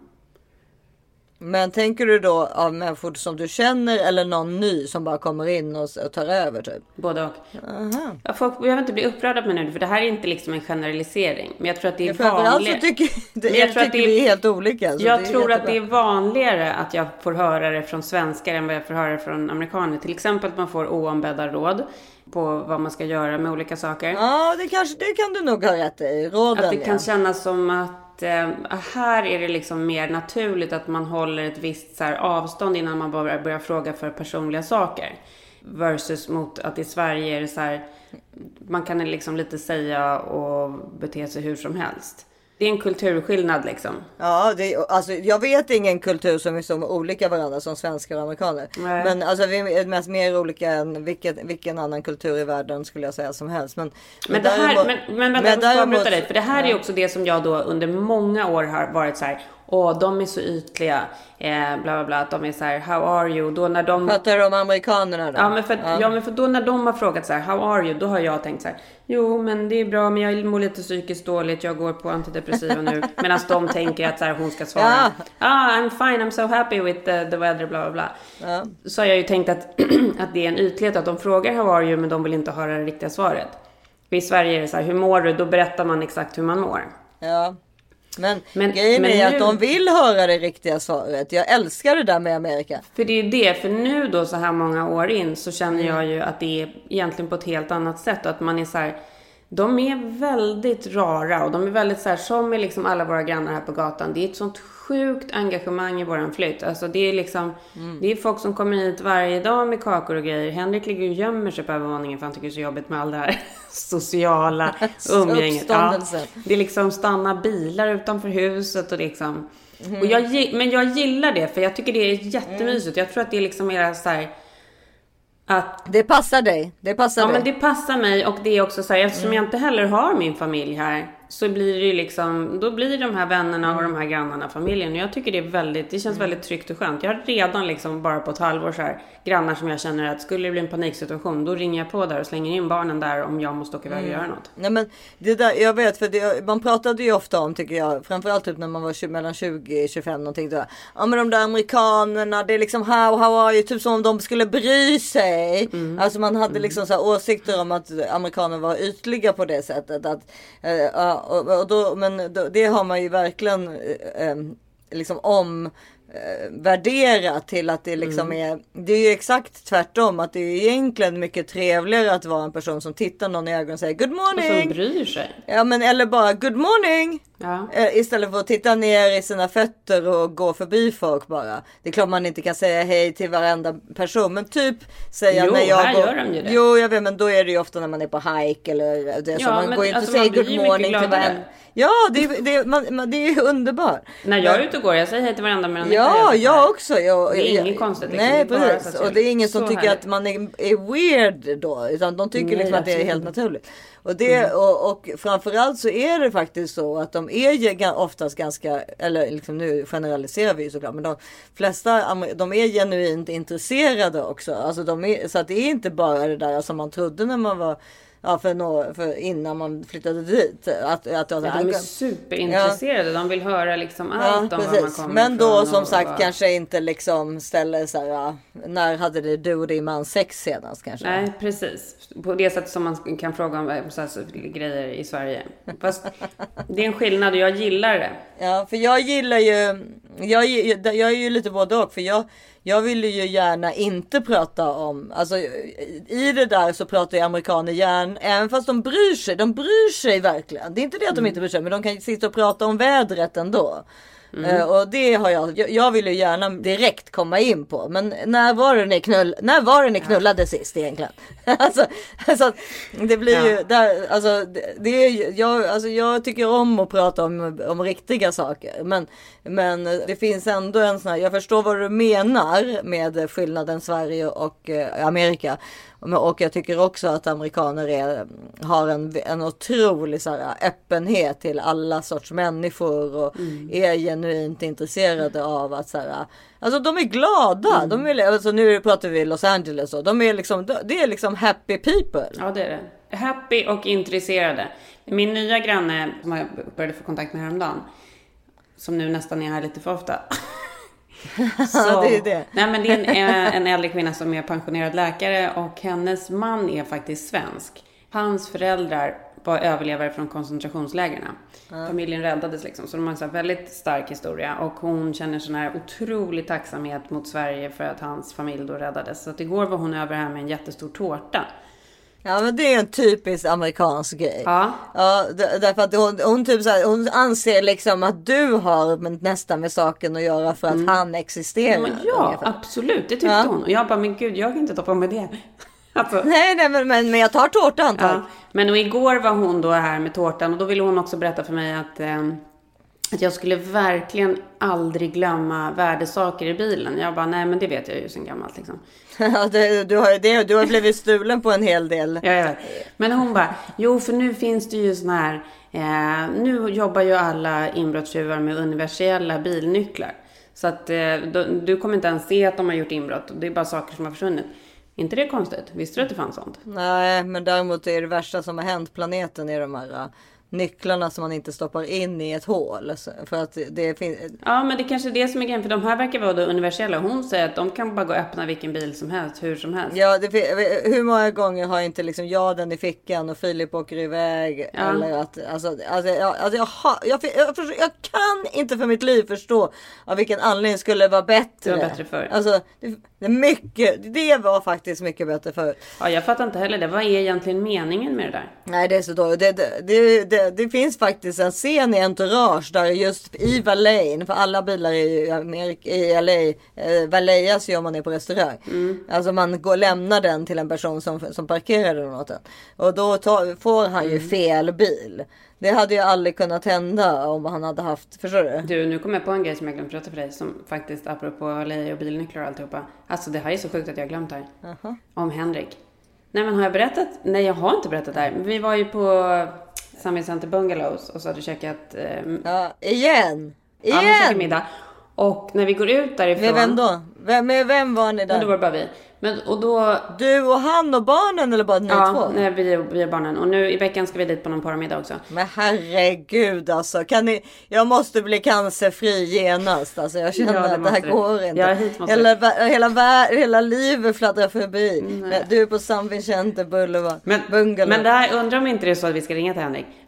Men tänker du då av människor som du känner eller någon ny som bara kommer in och, och tar över typ? Både och. Aha. Ja, folk behöver inte bli upprörda på nu för det här är inte liksom en generalisering. Men jag tror att det är ja, vanligt. Alltså tycker, det, jag, jag tror att det är, vi är helt olika. Jag tror att det är vanligare att jag får höra det från svenskar än vad jag får höra det från amerikaner. Till exempel att man får oombedda råd på vad man ska göra med olika saker. Ja, det, kanske, det kan du nog ha rätt i. Råden, att det kan ja. kännas som att eh, här är det liksom mer naturligt att man håller ett visst så här, avstånd innan man börjar, börjar fråga för personliga saker. Versus mot att i Sverige är det så här, man kan liksom lite säga och bete sig hur som helst. Det är en kulturskillnad liksom. Ja, det, alltså, jag vet ingen kultur som är så olika varandra som svenskar och amerikaner. Nej. Men alltså, vi är mest mer olika än vilken, vilken annan kultur i världen skulle jag säga som helst. Men, men, men det här, däremot, men, men vänta, jag ska avbryta dig. För det här ja. är också det som jag då under många år har varit så här. Åh, de är så ytliga, eh, bla bla bla, att de är så här, how are you? Då när de... Pratar du om amerikanerna då? Ja, men för, ja. ja, men för då när de har frågat så här, how are you? Då har jag tänkt så här, jo, men det är bra, men jag mår lite psykiskt dåligt, jag går på antidepressiva nu. Medan de tänker att så här, hon ska svara, ja. ah, I'm fine, I'm so happy with the, the weather, bla bla bla. Ja. Så har jag ju tänkt att, att det är en ytlighet, att de frågar how are you, men de vill inte höra det riktiga svaret. För i Sverige är det så här, hur mår du? Då berättar man exakt hur man mår. Ja. Men, men grejen men är nu, att de vill höra det riktiga svaret. Jag älskar det där med Amerika. För det är det, för nu då så här många år in så känner jag ju att det är egentligen på ett helt annat sätt. Och att man är så här, de är väldigt rara och de är väldigt så här, som är liksom alla våra grannar här på gatan. Det är ett sånt sjukt engagemang i våran flytt. Alltså det är liksom, mm. det är folk som kommer hit varje dag med kakor och grejer. Henrik ligger och gömmer sig på övervåningen för han tycker det är så jobbigt med all det här sociala umgänget. Ja, det är liksom stanna bilar utanför huset och liksom. Mm. Och jag, men jag gillar det för jag tycker det är jättemysigt. Mm. Jag tror att det är liksom mer så här. Att, det passar dig. Det passar ja, dig. men det passar mig och det är också så här, eftersom mm. jag inte heller har min familj här så blir det ju liksom, då blir de här vännerna och de här grannarna familjen. Och jag tycker det är väldigt, det känns mm. väldigt tryggt och skönt. Jag har redan liksom bara på ett halvår så här grannar som jag känner att skulle det bli en paniksituation, då ringer jag på där och slänger in barnen där om jag måste åka iväg och mm. göra något. Nej men det där, jag vet för det, man pratade ju ofta om tycker jag, framförallt typ när man var mellan tjugo och tjugofem någonting då. Ja men de där amerikanerna, det är liksom how, how are you, typ som om de skulle bry sig. Mm. Alltså man hade liksom så här åsikter om att amerikaner var ytliga på det sättet att äh, och, och då, men då, det har man ju verkligen äh, liksom om värdera till att det liksom mm. är, det är ju exakt tvärtom, att det är egentligen mycket trevligare att vara en person som tittar någon i ögonen och säger good morning. Och som bryr sig. Ja, men eller bara good morning. Ja. Istället för att titta ner i sina fötter och gå förbi folk bara. Det är klart man inte kan säga hej till varenda person, men typ säga jo, när jag här går... gör de ju det. Jo, jag vet, men då är det ju ofta när man är på hike eller det, ja, så man men, går ju inte alltså, och säger good morning till varandra. Ja, det, det, man, man, det är ju underbart. När jag är ute och går, jag säger hej till varandra med ja, jag också. Jag, det är jag, inget konstigt. Liksom. Nej, det är precis. Och det är ingen som tycker härligt. Att man är, är weird då. Utan de tycker nej, liksom att det är helt naturligt. Och, det, mm. och, och framförallt så är det faktiskt så att de är ju oftast ganska, eller liksom nu generaliserar vi ju såklart, men de flesta de är genuint intresserade också. Alltså de är, så att det är inte bara det där som man trodde när man var... Ja, för, nå, för innan man flyttade dit. Att, att, att, ja, de är superintresserade. Ja. De vill höra liksom allt ja, om var man kommer men då som och, sagt och... kanske inte liksom ställer så här, ja, när hade det du och din man sex senast kanske? Nej, precis. På det sättet som man kan fråga om så här, grejer i Sverige. Fast det är en skillnad och jag gillar det. Ja, för jag gillar ju, jag, jag är ju lite både och, för jag Jag vill ju gärna inte prata om, alltså i det där så pratar ju amerikaner gärna, även fast de bryr sig, de bryr sig verkligen. Det är inte det att de inte bryr sig, men de kan sitta och prata om vädret ändå. Mm. Uh, och det har jag, jag, jag vill ju gärna direkt komma in på. Men när var det ni, knull, när var det ni knullade ja. sist egentligen? alltså, alltså, det blir ja. ju, där, alltså, det, det är, jag, alltså, jag tycker om att prata om, om riktiga saker. Men, men det finns ändå en sån här, jag förstår vad du menar med skillnaden Sverige och eh, Amerika. Och jag tycker också att amerikaner är, har en, en otrolig så här, öppenhet till alla sorts människor och mm. är genuint intresserade av att så här, alltså de är glada. Mm. De är, alltså, nu pratar vi Los Angeles och de är liksom, det är liksom happy people. Ja, det är det. Happy och intresserade. Min nya granne som jag började få kontakt med häromdagen, som nu nästan är här lite för ofta. Så, det är det. Nej, men det är en, en äldre kvinna som är pensionerad läkare och hennes man är faktiskt svensk. Hans föräldrar var överlevare från koncentrationslägren. Mm. Familjen räddades liksom, så de har en så här väldigt stark historia och hon känner sån här otrolig tacksamhet mot Sverige för att hans familj då räddades. Så att igår var hon över här med en jättestor tårta. Ja, men det är en typisk amerikansk grej. Ja. Ja, därför att hon, hon, typ så här, hon anser liksom att du har nästan med saken att göra för att mm. han existerar. Men ja, ungefär. Absolut. Det tyckte ja. hon. Och jag bara, men gud, jag kan inte ta på mig det. Alltså. Nej, nej men, men, men jag tar tårtan. Ja. Men och igår var hon då här med tårtan och då ville hon också berätta för mig att... Eh, Att jag skulle verkligen aldrig glömma värdesaker i bilen. Jag bara, nej men det vet jag ju sen gammalt liksom. Ja, det, du, har, det, du har blivit stulen på en hel del. Ja, jag vet. Men hon bara, jo för nu finns det ju sån här, eh, nu jobbar ju alla inbrottstjuvar med universella bilnycklar. Så att eh, du, du kommer inte ens se att de har gjort inbrott. Det är bara saker som har försvunnit. Inte det konstigt? Visste du att det fanns sånt? Nej, men däremot är det värsta som har hänt planeten i de här... nycklarna som man inte stoppar in i ett hål. För att det finns... Ja, men det kanske är det som är grejen. För de här verkar vara då universella. Hon säger att de kan bara gå och öppna vilken bil som helst, hur som helst. Ja, det, hur många gånger har inte liksom jag den i fickan och Filip åker iväg? Ja. Eller att, alltså, alltså, jag, alltså jag, har, jag, jag, jag, jag kan inte för mitt liv förstå av vilken anledning skulle vara bättre. Det var bättre förr. Alltså, det, det, mycket, det var faktiskt mycket bättre förr. Ja, jag fattar inte heller det. Vad är egentligen meningen med det där? Nej, det är så dåligt. Det, det, det, det, det finns faktiskt en scen i Entourage där just i Valet, för alla bilar i, Amerika, i L A eh, valetjas ju om man är på restaurang. Mm. Alltså man går lämnar den till en person som, som parkerar den åt den. Och då tar, får han ju mm. fel bil. Det hade ju aldrig kunnat hända om han hade haft, förstår du? Du, nu kommer jag på en grej som jag glömt prata för dig, som faktiskt apropå L A och bilnycklar och alltihopa. Alltså det här är så sjukt att jag har glömt här. Uh-huh. Om Henrik. Nej, men har jag berättat? Nej, jag har inte berättat det här. Vi var ju på Summit Center Bungalows och så hade vi käkat... Eh, ja, igen! Igen! Ja, vi middag. Och när vi går ut därifrån... Med vem då? Vem, med vem var ni där? Men då var det bara vi. Men, och då... Du och han och barnen eller bara ni ja, två? Ja, vi, vi är barnen. Och nu i veckan ska vi dit på någon parmiddag också. Men herregud alltså. Kan ni... Jag måste bli cancerfri genast. Alltså jag känner ja, det att det här du. går inte. Ja, hit måste hela, hela, hela, hela livet fladdrar förbi. Mm, du är på Summit Center Boulevard. Men, men där undrar om inte det är så att vi ska ringa till Henrik.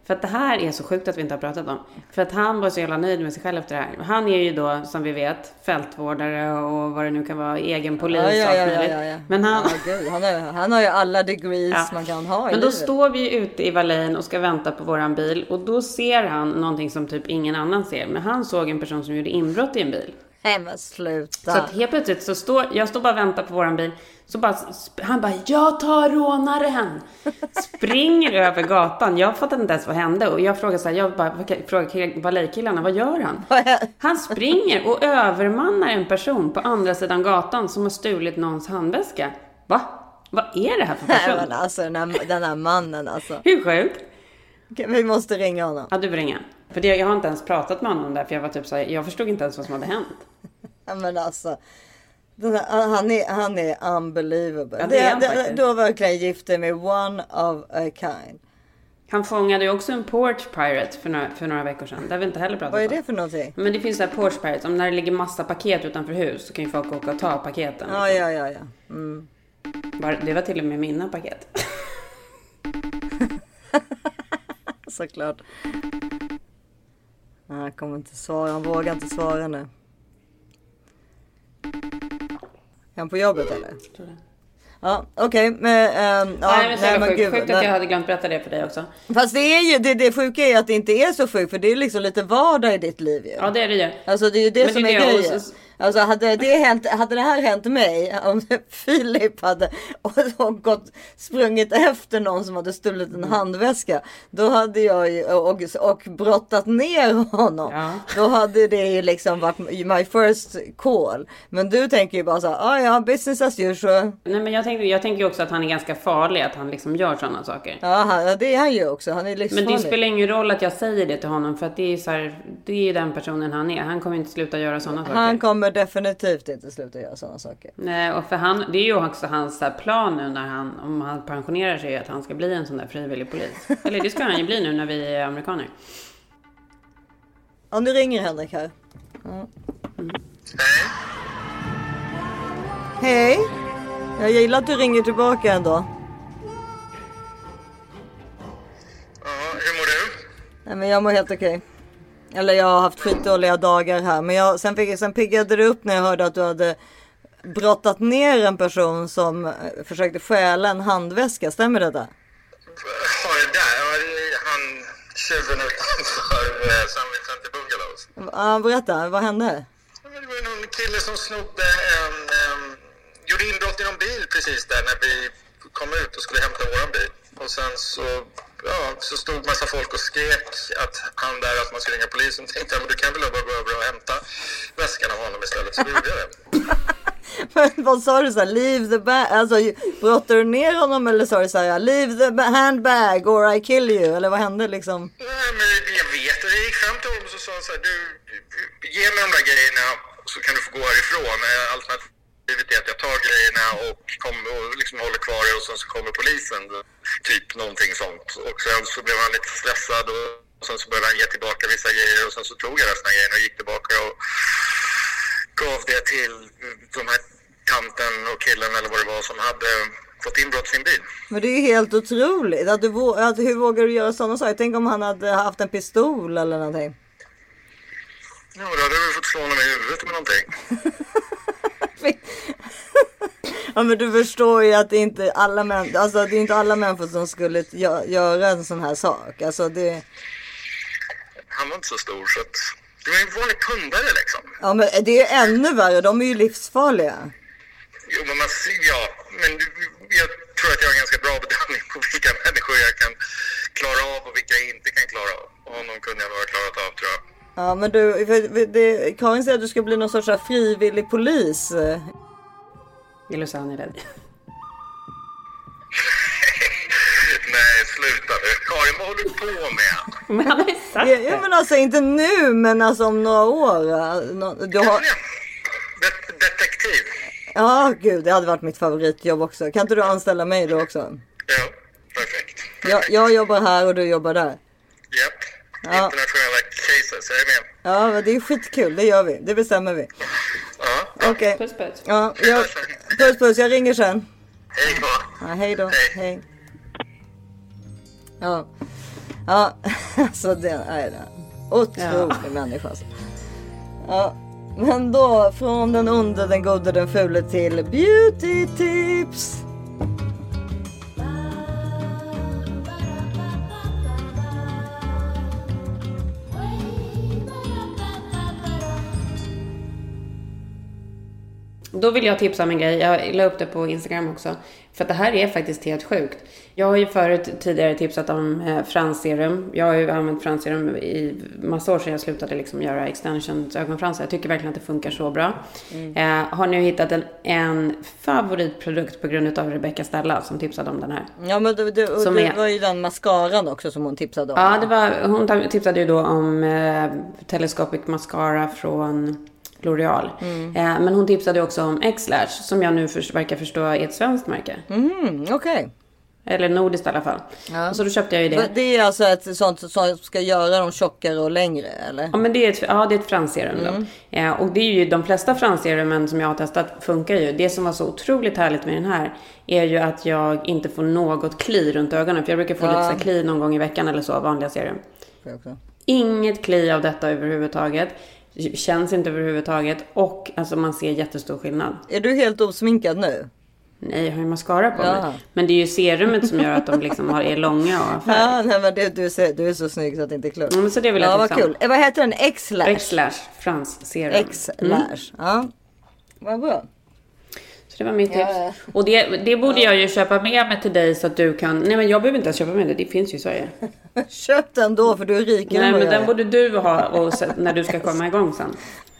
För att det här är så sjukt att vi inte har pratat om. För att han var så jävla nöjd med sig själv efter det här. Han är ju då, som vi vet, fältvårdare och vad det nu kan vara, egen polis ja, ja, ja, och allt ja, ja, ja. Men han... Ja, gud, han, har, han har ju alla degrees ja. man kan ha i Men då livet. står vi ju ute i Vallein och ska vänta på våran bil. Och då ser han någonting som typ ingen annan ser. Men han såg en person som gjorde inbrott i en bil. Nej men sluta. Så att helt plötsligt så står, jag står bara och väntar på våran bil. Så bara, han bara, jag tar rånaren. Springer över gatan. Jag fattar inte ens vad hände. Och jag frågar så här, jag bara, frågar Valleikillarna, vad gör han? Han springer och övermannar en person på andra sidan gatan som har stulit någons handväska. Va? Vad är det här för person? Nej men alltså den här, den här mannen alltså. Hur sjukt? Okay, vi måste ringa honom. Ja, du vill ringa. För det, jag har inte ens pratat med honom där. För jag var typ så här, jag förstod inte ens vad som hade hänt. Ja men alltså. Den här, han, är, han är unbelievable. Ja, det är han det, faktiskt. Du har verkligen gift dig med one of a kind. Han fångade ju också en porch pirate för några, för några veckor sedan. Det har vi inte heller pratat om. Vad är det för någonting? Men det finns så här porch pirates. Om när det ligger massa paket utanför hus så kan ju folk åka och ta paketen. Ja, ja, ja, ja. Mm. Det var till och med mina paket. Såklart. Han kommer inte svara. Han vågar inte svara nu. Är han på jobbet eller? Jag tror det. Ja, okej. Okay. Men, ähm, ja, nej, men så nej, men sjukt. Sjukt att jag hade glömt berätta det för dig också. Fast det är ju, det, det sjuka är att det inte är så sjukt. För det är liksom lite vardag i ditt liv ju. Ja, det är det ju. Alltså det är ju det men som det är grejen. Och... Alltså hade det, hänt, hade det här hänt mig, om Filip hade och, och gått, sprungit efter någon som hade stulit en handväska, då hade jag ju, och, och brottat ner honom. Ja. Då hade det ju liksom varit my first call. Men du tänker ju bara så här, ah, ja, business as usual. Nej, men jag tänker, jag tänker ju också att han är ganska farlig, att han liksom gör sådana saker. Ja, det är han ju också. Han är livsfarlig. Men det spelar ingen roll att jag säger det till honom, för att det är så här, det är ju den personen han är. Han kommer inte sluta göra sådana saker. Han kommer definitivt inte sluta göra sådana saker. Nej, och för han, det är ju också hans så här, plan nu när han, om han pensionerar sig, att han ska bli en sån där frivillig polis. Eller det ska han ju bli nu när vi är amerikaner. Ja, nu ringer Henrik här. Ja. Mm. Hej. Hej. Jag gillar att du ringer tillbaka ändå. Ja, hur mår du? Nej, men jag mår helt okej. Eller jag har haft skitdåliga dagar här. Men jag, sen, fick, sen piggade det upp när jag hörde att du hade brottat ner en person som försökte stjäla en handväska. Stämmer det där? Ja, det där. Han tjuven utanför Sunway Center Bungalows. Ja, berätta. Vad hände? Det var någon kille som snodde en... Um, gjorde inbrott i någon bil precis där när vi kom ut och skulle hämta våran bil. Och sen så... Ja, så stod massa folk och skrek att han där, att man skulle ringa polisen. Tänkte jag, men du kan väl bara gå över och hämta väskan av honom istället. Så det gjorde jag det. Men vad sa du så här, leave the bag, alltså brottade du ner honom eller sa du så här, leave the handbag or I kill you, eller vad hände liksom? Nej, men jag vet, och jag gick fram till honom och så sa han så här, du, ge mig de där grejerna så kan du få gå härifrån. Alternativet är att jag tar grejerna och, kom, och liksom håller kvar det och sen så kommer polisen. Typ någonting sånt. Och sen så blev han lite stressad och sen så började han ge tillbaka vissa grejer och sen så tog jag resten av grejerna och gick tillbaka och gav det till de här tanten och killen eller vad det var som hade fått inbrott sin bil. Men det är ju helt otroligt. Att du, att, hur vågar du göra sådana saker? Tänk om han hade haft en pistol eller någonting. Ja, då hade vi fått slå honom i huvudet med någonting. Ja, men du förstår ju att det inte alla män, alltså det är inte alla människor som skulle gö- göra en sån här sak. Alltså det... Han var inte så stor så att det var en vanlig pundare liksom. Ja, men det är ännu värre, de är ju livsfarliga. Jo, men man ser, ja, men jag tror att jag har en ganska bra bedömning på vilka människor jag kan klara av och vilka jag inte kan klara av. Och honom kunde jag bara klarat av, tror jag. Ja, men du, för det, Karin säger att du ska bli någon sorts frivillig polis. I Los Angeles. Nej, sluta nu. Karin, vad håller du på med? Men han har ju sagt det. Ja, men alltså inte nu, men alltså om några år. Du har... Det, detektiv. Ja, gud, det hade varit mitt favoritjobb också. Kan inte du anställa mig då också? Ja, perfekt. Jag, jag jobbar här och du jobbar där. Japp. Ja. Internationella cases, jag är med. Ja, det är skitkul, det gör vi. Det bestämmer vi. Ja. Okej. Okay. Puss, puss. Ja, jag... puss, puss. Jag ringer sen. Hej då. Ja, hej då. Hej. Hej. Ja. Ja, alltså det är det. Otrolig ja. människa alltså. Ja, men då från den onde, den gode, den fule till beauty tips. Då vill jag tipsa om en grej. Jag la upp det på Instagram också. För att det här är faktiskt helt sjukt. Jag har ju förut tidigare tipsat om eh, fransserum. Jag har ju använt fransserum i massa år sedan jag slutade liksom göra extensions ögonfransar. Jag tycker verkligen att det funkar så bra. Mm. Eh, har nu hittat en, en favoritprodukt på grund av Rebecca Stella som tipsade om den här. Ja, men det, det, det är, var ju den mascaran också som hon tipsade om. Ja, det var, hon tipsade ju då om eh, Telescopic Mascara från L'Oreal. Mm. Eh, men hon tipsade också om X-Lash som jag nu för, verkar förstå är ett svenskt märke. Mm, okej. Okay. Eller nordiskt i alla fall. Ja. Och så då köpte jag ju det. Det är alltså ett sånt som ska göra dem tjockare och längre, eller? Ja, men det är ett, ja, det är ett fransserum mm. då. Eh, och det är ju de flesta fransserumen som jag har testat funkar ju. Det som var så otroligt härligt med den här är ju att jag inte får något kli runt ögonen. För jag brukar få ja. lite så kli någon gång i veckan eller så, vanliga serum. Okay. Inget kli av detta överhuvudtaget. Känns inte överhuvudtaget. Och alltså man ser jättestor skillnad. Är du helt osminkad nu? Nej, jag har ju mascara på ja. mig. Men det är ju serumet som gör att de liksom har, är långa och färg. Ja, nej, men det, du, ser, du är så snygg så att det inte är klokt. Mm, så det vill jag ja, vad kul. Eh, vad heter den? X-Lash? X-Lash, frans serum. X-Lash, mm. ja. Vad bra. Så det var mitt tips. Ja. Och det, det borde ja. jag ju köpa med mig till dig så att du kan... Nej, men jag behöver inte ens köpa med det. Det finns ju i Sverige. Köp den då, för du är rikare. Nej, men den borde du ha och se, när du ska komma igång sen.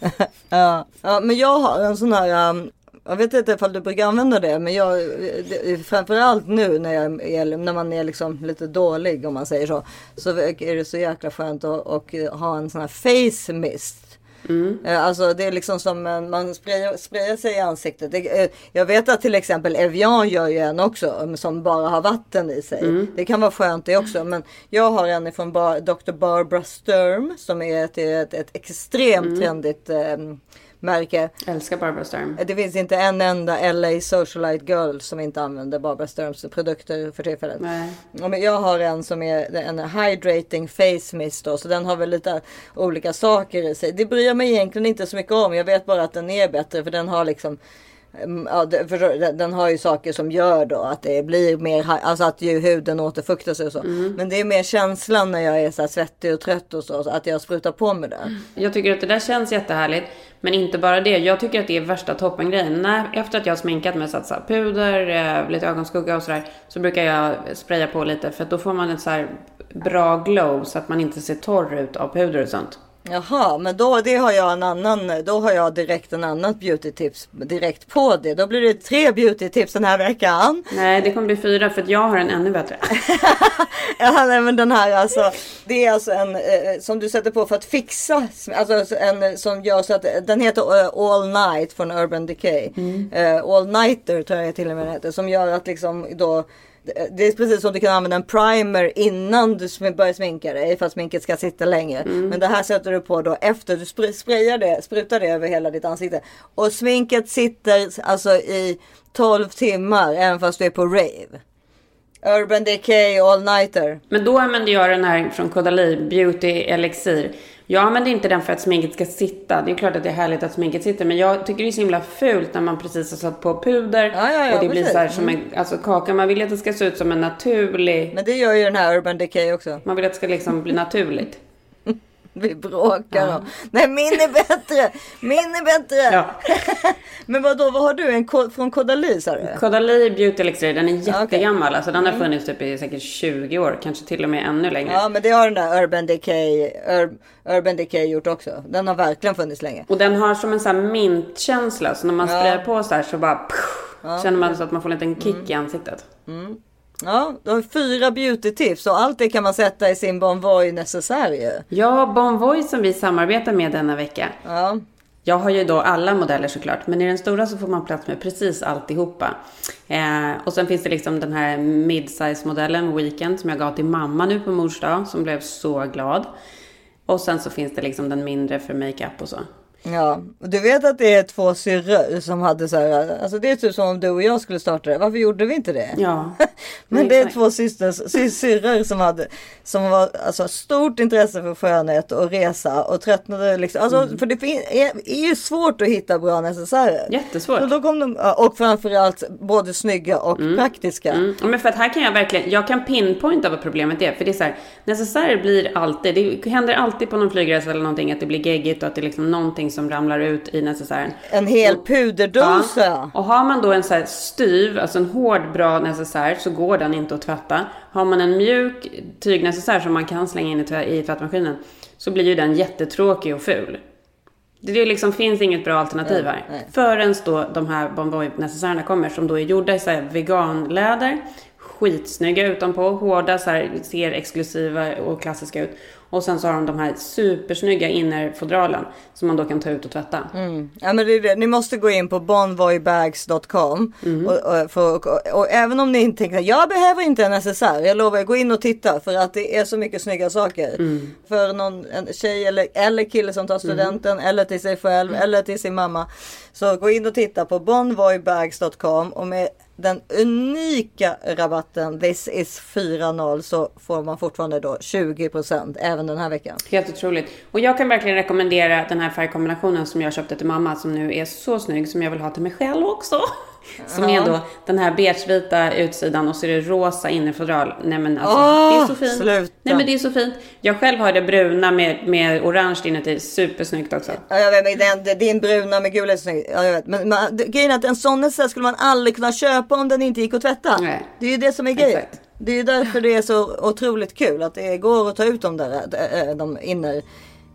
ja. ja, men jag har en sån här... Um... Jag vet inte ifall du brukar använda det, men jag, det, framförallt nu när, jag är, när man är liksom lite dålig, om man säger så, så är det så jäkla skönt att, att ha en sån här face mist. Mm. Alltså det är liksom som man sprayar, sprayar sig i ansiktet. Det, jag vet att till exempel Evian gör ju en också som bara har vatten i sig. Mm. Det kan vara skönt det också, men jag har en från Bar, doktor Barbara Sturm som är ett, ett, ett extremt mm. trendigt um, märke. Jag älskar Barbara Sturm. Det finns inte en enda L A Socialite Girl som inte använder Barbara Sturms produkter för tillfället. Nej. Jag har en som är en hydrating face mist då, så den har väl lite olika saker i sig. Det bryr jag mig egentligen inte så mycket om. Jag vet bara att den är bättre för den har liksom ja, för den har ju saker som gör då att det blir mer, alltså att ju huden återfuktar sig och så. Mm. Men det är mer känslan när jag är så här svettig och trött och så, att jag sprutar på mig det. Jag tycker att det där känns jättehärligt. Men inte bara det. Jag tycker att det är värsta toppengrejen. När, efter att jag har sminkat med satt så här puder, lite ögonskugga och sådär, så brukar jag spraya på lite. För att då får man ett så här bra glow så att man inte ser torr ut av puder och sånt. Jaha, men då det har jag en annan, då har jag direkt en annan beauty tips direkt på det. Då blir det tre beauty tips den här veckan. Nej, det kommer bli fyra för att jag har en ännu bättre. Ja, nej, men den här alltså, det är alltså en eh, som du sätter på för att fixa, alltså en som gör så att den heter uh, All Night från Urban Decay. Mm. Uh, All Nighter tror jag till och med heter, som gör att liksom då det är precis som du kan använda en primer innan du börjar sminka dig för att sminket ska sitta längre. Mm. Men det här sätter du på då efter du spr- sprayar det, sprutar det över hela ditt ansikte. Och sminket sitter alltså i tolv timmar även fast du är på rave. Urban Decay All Nighter. Men då använder jag den här från Caudalie Beauty Elixir. Jag använder inte den för att sminket ska sitta. Det är klart att det är härligt att sminket sitter. Men jag tycker det är så himla fult när man precis har satt på puder. Ja, ja, ja, och det blir precis. så här som en alltså, kaka. Man vill att det ska se ut som en naturlig... Men det gör ju den här Urban Decay också. Man vill att det ska liksom bli naturligt. Vi bråkar ja. Nej, min är bättre. Min är bättre. Ja. Men vad då? Vad har du? En ko- från Caudalie, sa du? Caudalie Beauty Elixir. Den är jättegammal. Okay. Alltså, den har funnits typ i säkert tjugo år. Kanske till och med ännu längre. Ja, men det har den där Urban Decay, Ur- Urban Decay gjort också. Den har verkligen funnits länge. Och den har som en sån här mintkänsla. Så när man ja. sprayar på så här så bara... Ja. Känner man så att man får en liten kick mm. i ansiktet. Mm. Ja, du har fyra beauty-tips och allt det kan man sätta i sin Bonvoy necessaire. Ja, Bonvoy som vi samarbetar med denna vecka. Ja. Jag har ju då alla modeller såklart, men i den stora så får man plats med precis alltihopa. Eh, och sen finns det liksom den här mid-size-modellen Weekend som jag gav till mamma nu på mors dag, som blev så glad. Och sen så finns det liksom den mindre för makeup och så. Ja, och du vet att det är två syrror som hade så här, alltså det är typ som om du och jag skulle starta det. Varför gjorde vi inte det? Ja. Men det är två systers, sy- syrror som hade, som var alltså stort intresse för skönhet och resa och tröttnade liksom. Alltså, mm. för det fin- är, är ju svårt att hitta bra necessärer. Jättesvårt. Så då kom de, och framförallt både snygga och mm. praktiska. Mm. Men för att här kan jag verkligen, jag kan pinpointa vad problemet är. För det är så här, necessärer blir alltid, det händer alltid på någon flygresa eller någonting att det blir geggigt och att det är liksom någonting som ramlar ut i necessären. En hel och, puderdosa. Ja. Och har man då en så här styv, alltså en hård bra necessär, så går den inte att tvätta. Har man en mjuk tygnecessär som man kan slänga in i, tv- i tvättmaskinen, så blir ju den jättetråkig och ful. Det liksom finns inget bra alternativ här. Nej, nej. Förrän då de här Bonvoy-necessärerna kommer, som då är gjorda i så här veganläder, skitsnygga utanpå, hårda, så här, ser exklusiva och klassiska ut. Och sen så har de de här supersnygga innerfodralen som man då kan ta ut och tvätta. Mm. Ja, men det är det. Ni måste gå in på bonvoybags dot com mm. och, och, för, och, och även om ni inte tänker jag behöver inte en necessär, jag lovar, gå in och titta för att det är så mycket snygga saker. Mm. För någon en tjej eller, eller kille som tar studenten mm. eller till sig själv mm. eller till sin mamma. Så gå in och titta på bonvoybags dot com och med den unika rabatten This is fyrtio så får man fortfarande då tjugo procent även den här veckan. Helt otroligt. Och jag kan verkligen rekommendera den här färgkombinationen som jag köpte till mamma, som nu är så snygg, som jag vill ha till mig själv också. Som ja. är då den här beigevita utsidan och så är det rosa innerfodral. Nej men alltså, oh, det är så fint. Sluta. Nej men det är så fint. Jag själv har det bruna med, med orange inuti. Supersnyggt också. Ja, jag vet, men den, din bruna med gula är så snyggt. Ja, jag vet. Men man, grejen är att en sån här skulle man aldrig kunna köpa om den inte gick att tvätta. Nej. Det är ju det som är grejen. Exakt. Det är ju därför det är så otroligt kul att det går att ta ut de där de inner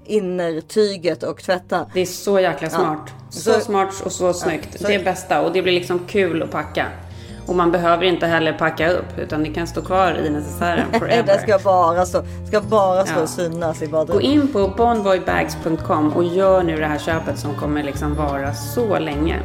innertyget och tvätta. Det är så jäkla smart. Ja. Så, så smart och så snyggt. Ja, så... Det är bästa och det blir liksom kul att packa. Och man behöver inte heller packa upp utan det kan stå kvar i necessären forever. Det ska bara stå, ska bara stå ja. och synas i badrummet. Gå in på bonvoybags punkt com och gör nu det här köpet som kommer liksom vara så länge.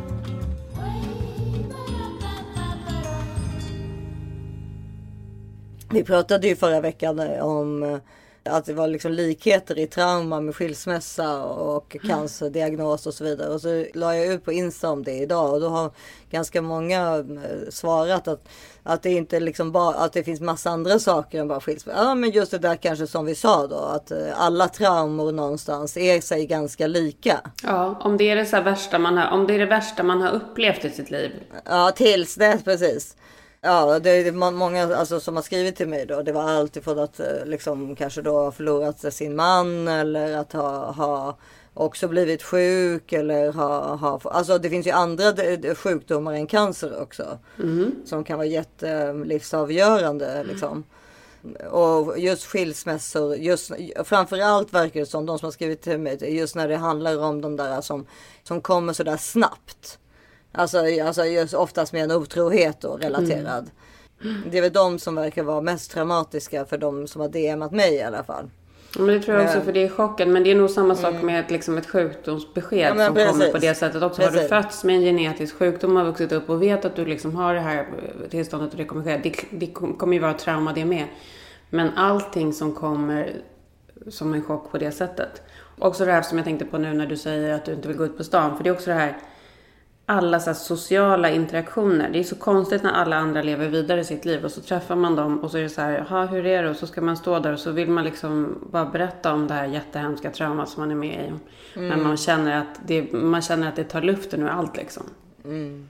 Vi pratade ju förra veckan om att det var liksom likheter i trauma med skilsmässa och cancerdiagnos och så vidare. Och så la jag ut på Insta om det idag och då har ganska många svarat att, att det inte liksom bara, att det finns massa andra saker än bara skilsmässa. Ja, men just det där kanske som vi sa då, att alla traumor någonstans är sig ganska lika. Ja, om det är det så här värsta man har, om det är det värsta man har upplevt i sitt liv. Ja, tills det, precis. Ja, det är många alltså, som har skrivit till mig då. Det var alltid för att liksom kanske då ha förlorat sin man eller att ha, ha också blivit sjuk eller ha, ha alltså det finns ju andra sjukdomar än cancer också mm. som kan vara jättelivsavgörande liksom. Och just skilsmässor, just, framförallt verkar det som de som har skrivit till mig, just när det handlar om de där som, som kommer så där snabbt. Alltså, alltså just oftast med en otrohet och relaterad. Mm. Det är väl de som verkar vara mest traumatiska för de som har D M:at mig i alla fall. Men det tror jag också, för det är chocken. Men det är nog samma sak mm. med ett, liksom ett sjukdomsbesked ja, som precis. kommer på det sättet också. Precis. Har du fötts med en genetisk sjukdom och vuxit upp och vet att du liksom har det här tillståndet och det kommer ske. Det, det kommer ju vara trauma det med. Men allting som kommer som en chock på det sättet. Också det här som jag tänkte på nu när du säger att du inte vill gå ut på stan. För det är också det här, alla så här sociala interaktioner. Det är så konstigt när alla andra lever vidare i sitt liv. Och så träffar man dem och så är det så här, jaha, hur är det? Och så ska man stå där och så vill man liksom bara berätta om det här jättehemska traumat som man är med i. Mm. Men man känner, att det, man känner att det tar luften ur allt liksom. Mm.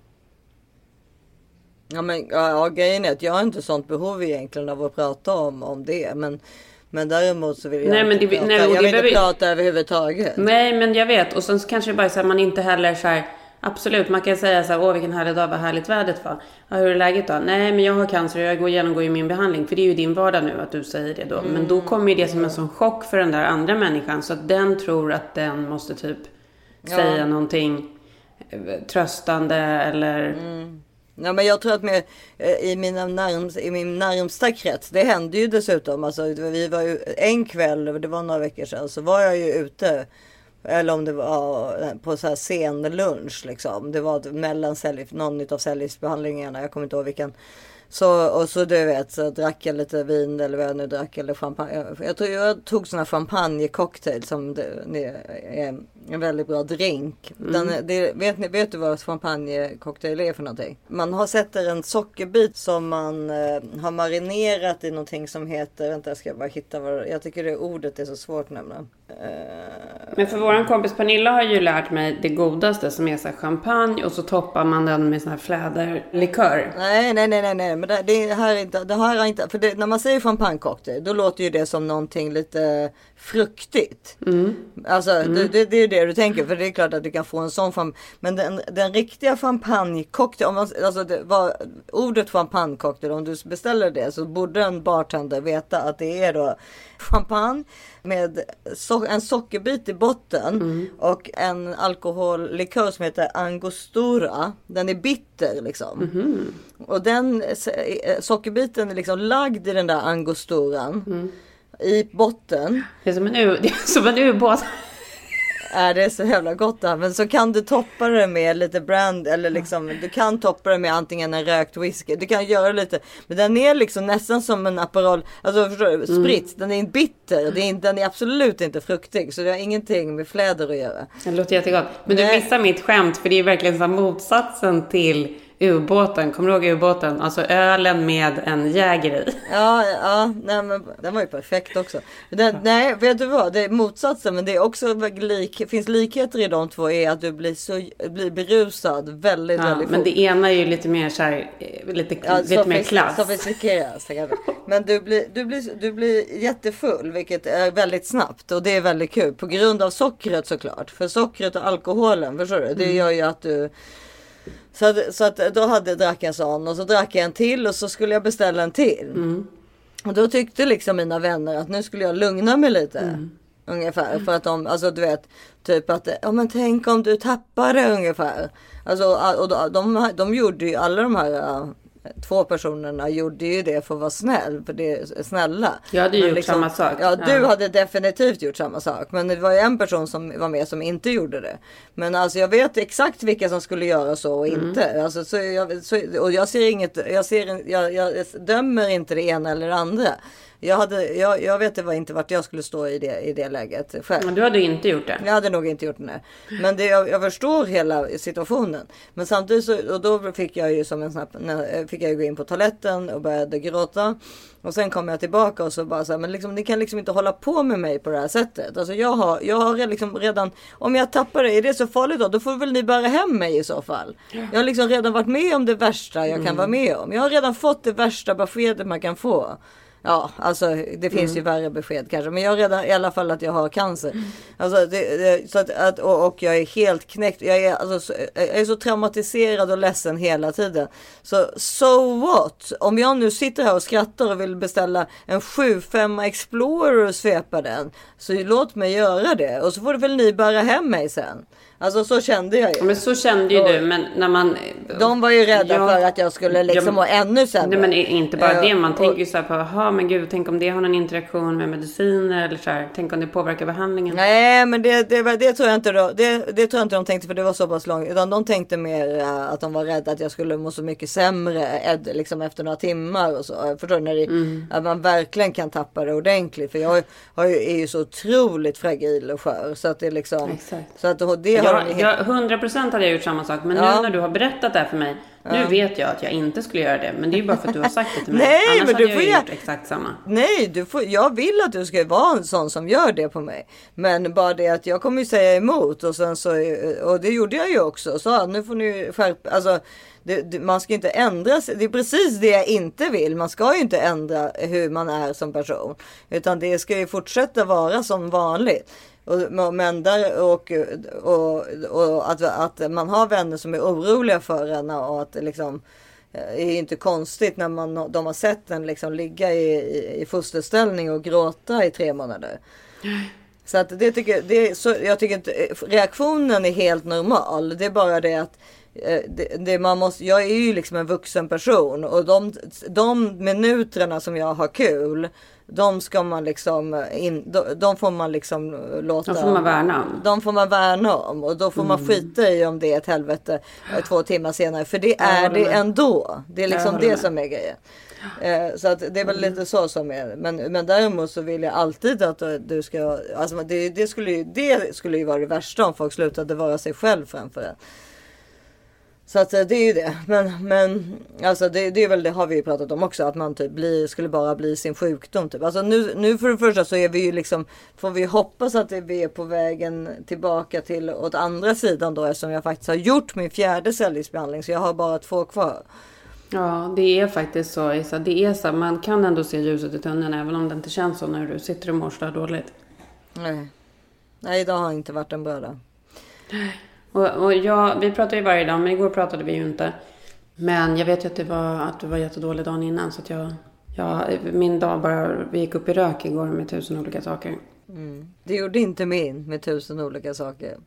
Ja, men ja, grejen är att jag har inte sånt behov egentligen av att prata om, om det. Men... Men däremot så vill jag nej, inte, men det, prata. Nej, jag vill inte behöver... prata överhuvudtaget. Nej, men jag vet. Och sen så kanske det bara är så här, man inte heller så här, absolut, man kan säga så här, åh vilken härlig dag, vad härligt vädret var. Ja, hur är läget då? Nej, men jag har cancer och jag går igenom går i min behandling. För det är ju din vardag nu att du säger det då. Mm. Men då kommer ju det som en sån chock för den där andra människan. Så att den tror att den måste typ ja. säga någonting tröstande eller... Mm. Ja, men jag tror att med, i, mina närms, i min närmsta krets, det hände ju dessutom, alltså, vi var ju en kväll, det var några veckor sedan, så var jag ju ute, eller om det var på så här sen lunch liksom, det var mellan cellgift, någon av cellgiftsbehandlingarna, jag kommer inte ihåg vilken, Så, och så du vet, så drack jag lite vin eller vad jag nu drack, eller champagne. Jag tror jag tog såna champagnecocktail som det, det är en väldigt bra drink. Mm. Den, det, vet, ni, vet du vad champagnecocktail är för någonting? Man har sätter en sockerbit som man eh, har marinerat i någonting som heter, vänta jag ska bara hitta vad, jag tycker det ordet är så svårt nämligen. Eh, Men för våran kompis Pernilla har ju lärt mig det godaste som är så här champagne och så toppar man den med sån här fläderlikör. Nej, nej, nej, nej, nej. Men det, det här är inte, det här är inte, för det, när man säger champagnecocktail, då låter ju det som någonting lite fruktigt. Mm. Alltså, mm. Det, det, det är det du tänker, för det är klart att du kan få en sån champagne. Men den, den riktiga champagnecocktail, om man, alltså det var ordet champagnecocktail, om du beställer det så borde en bartender veta att det är då champagne med so- en sockerbit i botten mm. och en alkohollikör som heter angostura. Den är bitter liksom. Mm. Och den sockerbiten är liksom lagd i den där angosturan mm. i botten. Det är som en, u- det är som en ubåt. Är det så jävla gott där. Men så kan du toppa det med lite brand eller liksom, du kan toppa det med antingen en rökt whisky. Du kan göra lite, men den är liksom nästan som en Aperol, alltså förstår du, sprit. Mm. Den är bitter, det är, den är absolut inte fruktig, så det har ingenting med fläder att göra. Det låter jättegott. Men du Nej. missar mitt skämt, för det är verkligen så motsatsen till ubåten. Kommer du ihåg ubåten? Alltså ölen med en jäger i. Ja, ja, nej men den var ju perfekt också. Den, ja. Nej, vet du vad? Det är motsatsen, men det är också lik, finns likheter i de två, är att du blir så blir berusad väldigt, ja, väldigt men fort. det ena är ju lite mer så här, lite, ja, lite mer klass. Sofistikerat. Men du blir, du, blir, du blir jättefull, vilket är väldigt snabbt, och det är väldigt kul. På grund av sockret såklart. För sockret och alkoholen, förstår du? Det mm. gör ju att du... Så att, så att då hade jag drack en sån och så drack jag en till och så skulle jag beställa en till. Mm. Och då tyckte liksom mina vänner att nu skulle jag lugna mig lite. Mm. Ungefär. Mm. För att de, alltså du vet, typ att, ja men tänk om du tappar det ungefär. Alltså, och de, de, de gjorde ju alla de här... Två personerna gjorde ju det för att vara snäll, för det är snälla. Jag hade men gjort liksom, samma sak. Ja, du ja. hade definitivt gjort samma sak. Men det var ju en person som var med som inte gjorde det. Men alltså jag vet exakt vilka som skulle göra så och mm. inte. Alltså, så jag, så, och jag ser inget, jag, ser, jag, jag dömer inte det ena eller det andra. Jag, hade, jag, jag vet inte vart jag skulle stå i det, i det läget själv. Men du hade inte gjort det. Jag hade nog inte gjort det. Men det, jag, jag förstår hela situationen. Men samtidigt så, och då fick jag ju som en snabb, fick jag gå in på toaletten och började gråta. Och sen kom jag tillbaka och så bara så här, men liksom, ni kan liksom inte hålla på med mig på det här sättet. Alltså jag har, jag har liksom redan, om jag tappar det, är det så farligt då? Då får väl ni bära hem mig i så fall. Jag har liksom redan varit med om det värsta jag kan mm. vara med om. Jag har redan fått det värsta beskedet man kan få. Ja, alltså det finns mm. ju värre besked kanske. Men jag har redan i alla fall att jag har cancer. Mm. Alltså, det, det, så att, att, och, och jag är helt knäckt. Jag är, alltså, så, jag är så traumatiserad och ledsen hela tiden. Så so what? Om jag nu sitter här och skrattar och vill beställa en sju fem Explorer och svepa den. Så låt mig göra det. Och så får det väl ni bära hem mig sen. Alltså så kände jag ju. Men så kände ju och, du, men när man... De var ju rädda ja, för att jag skulle liksom ja, må ännu sämre. Nej, men inte bara det. Man uh, tänker ju så här på, jaha men gud, tänk om det har någon interaktion med mediciner eller så här. Tänk om det påverkar behandlingen. Nej, men det, det, det tror jag inte då. Det, det tror jag inte de tänkte, för det var så pass långt. Utan de tänkte mer uh, att de var rädda att jag skulle må så mycket sämre ed, liksom efter några timmar och så. Förstår du? När det, mm. att man verkligen kan tappa det ordentligt. För jag har ju, är ju så otroligt fragil och skör. Så att det liksom... Exakt. Så att det Ja, jag, hundra procent hade jag gjort samma sak. Men ja. nu när du har berättat det här för mig. Ja. Nu vet jag att jag inte skulle göra det. Men det är ju bara för att du har sagt det till mig. Nej, annars men hade du jag får ju jag... gjort exakt samma. Nej, du får... jag vill att du ska vara en sån som gör det på mig. Men bara det att jag kommer ju säga emot. Och, sen så... och det gjorde jag ju också. Så nu får ni skärpa... Alltså... Det, det, man ska inte ändra sig. Det är precis det jag inte vill. Man ska ju inte ändra hur man är som person. Utan det ska ju fortsätta vara som vanligt. Och, men där, och, och, och att, att man har vänner som är oroliga för en, och att det liksom är inte konstigt när man, de har sett en liksom ligga i, i, i fosterställning och gråta i tre månader. Så att det tycker, det, så, jag tycker inte reaktionen är helt normal. Det är bara det att det, det man måste, jag är ju liksom en vuxen person och de, de minuterna som jag har kul, de ska man liksom in, de, de får man liksom låta, de får man värna om. De får man värna om och då får mm. man skita i om det är ett helvete två timmar senare, för det är ja, det med. Ändå. Det är liksom det med. Som är grejen. Eh, så att det är väl mm. lite så som är. Men, men däremot så vill jag alltid att du ska, alltså det, det, skulle ju, det skulle ju vara det värsta om folk slutade vara sig själv framför det. Så att det är ju det. Men, men alltså det, det är väl det har vi ju pratat om också. Att man typ blir, skulle bara bli sin sjukdom typ. Alltså nu, nu för det första så är vi ju liksom, får vi hoppas att vi är på vägen tillbaka till åt andra sidan då. Eftersom jag faktiskt har gjort min fjärde cellgiftsbehandling. Så jag har bara två kvar. Ja, det är faktiskt så, Isa. Det är så. Man kan ändå se ljuset i tunneln även om det inte känns så när du sitter och mår så dåligt. Nej. Nej, idag har inte varit en bra dag. Och, och jag, vi pratar ju varje dag, men igår pratade vi ju inte. Men jag vet ju att det var, att du var jättedålig dagen innan. Så att jag, jag, min dag bara, vi gick upp i rök igår med tusen olika saker. Mm. Det gjorde inte min med tusen olika saker.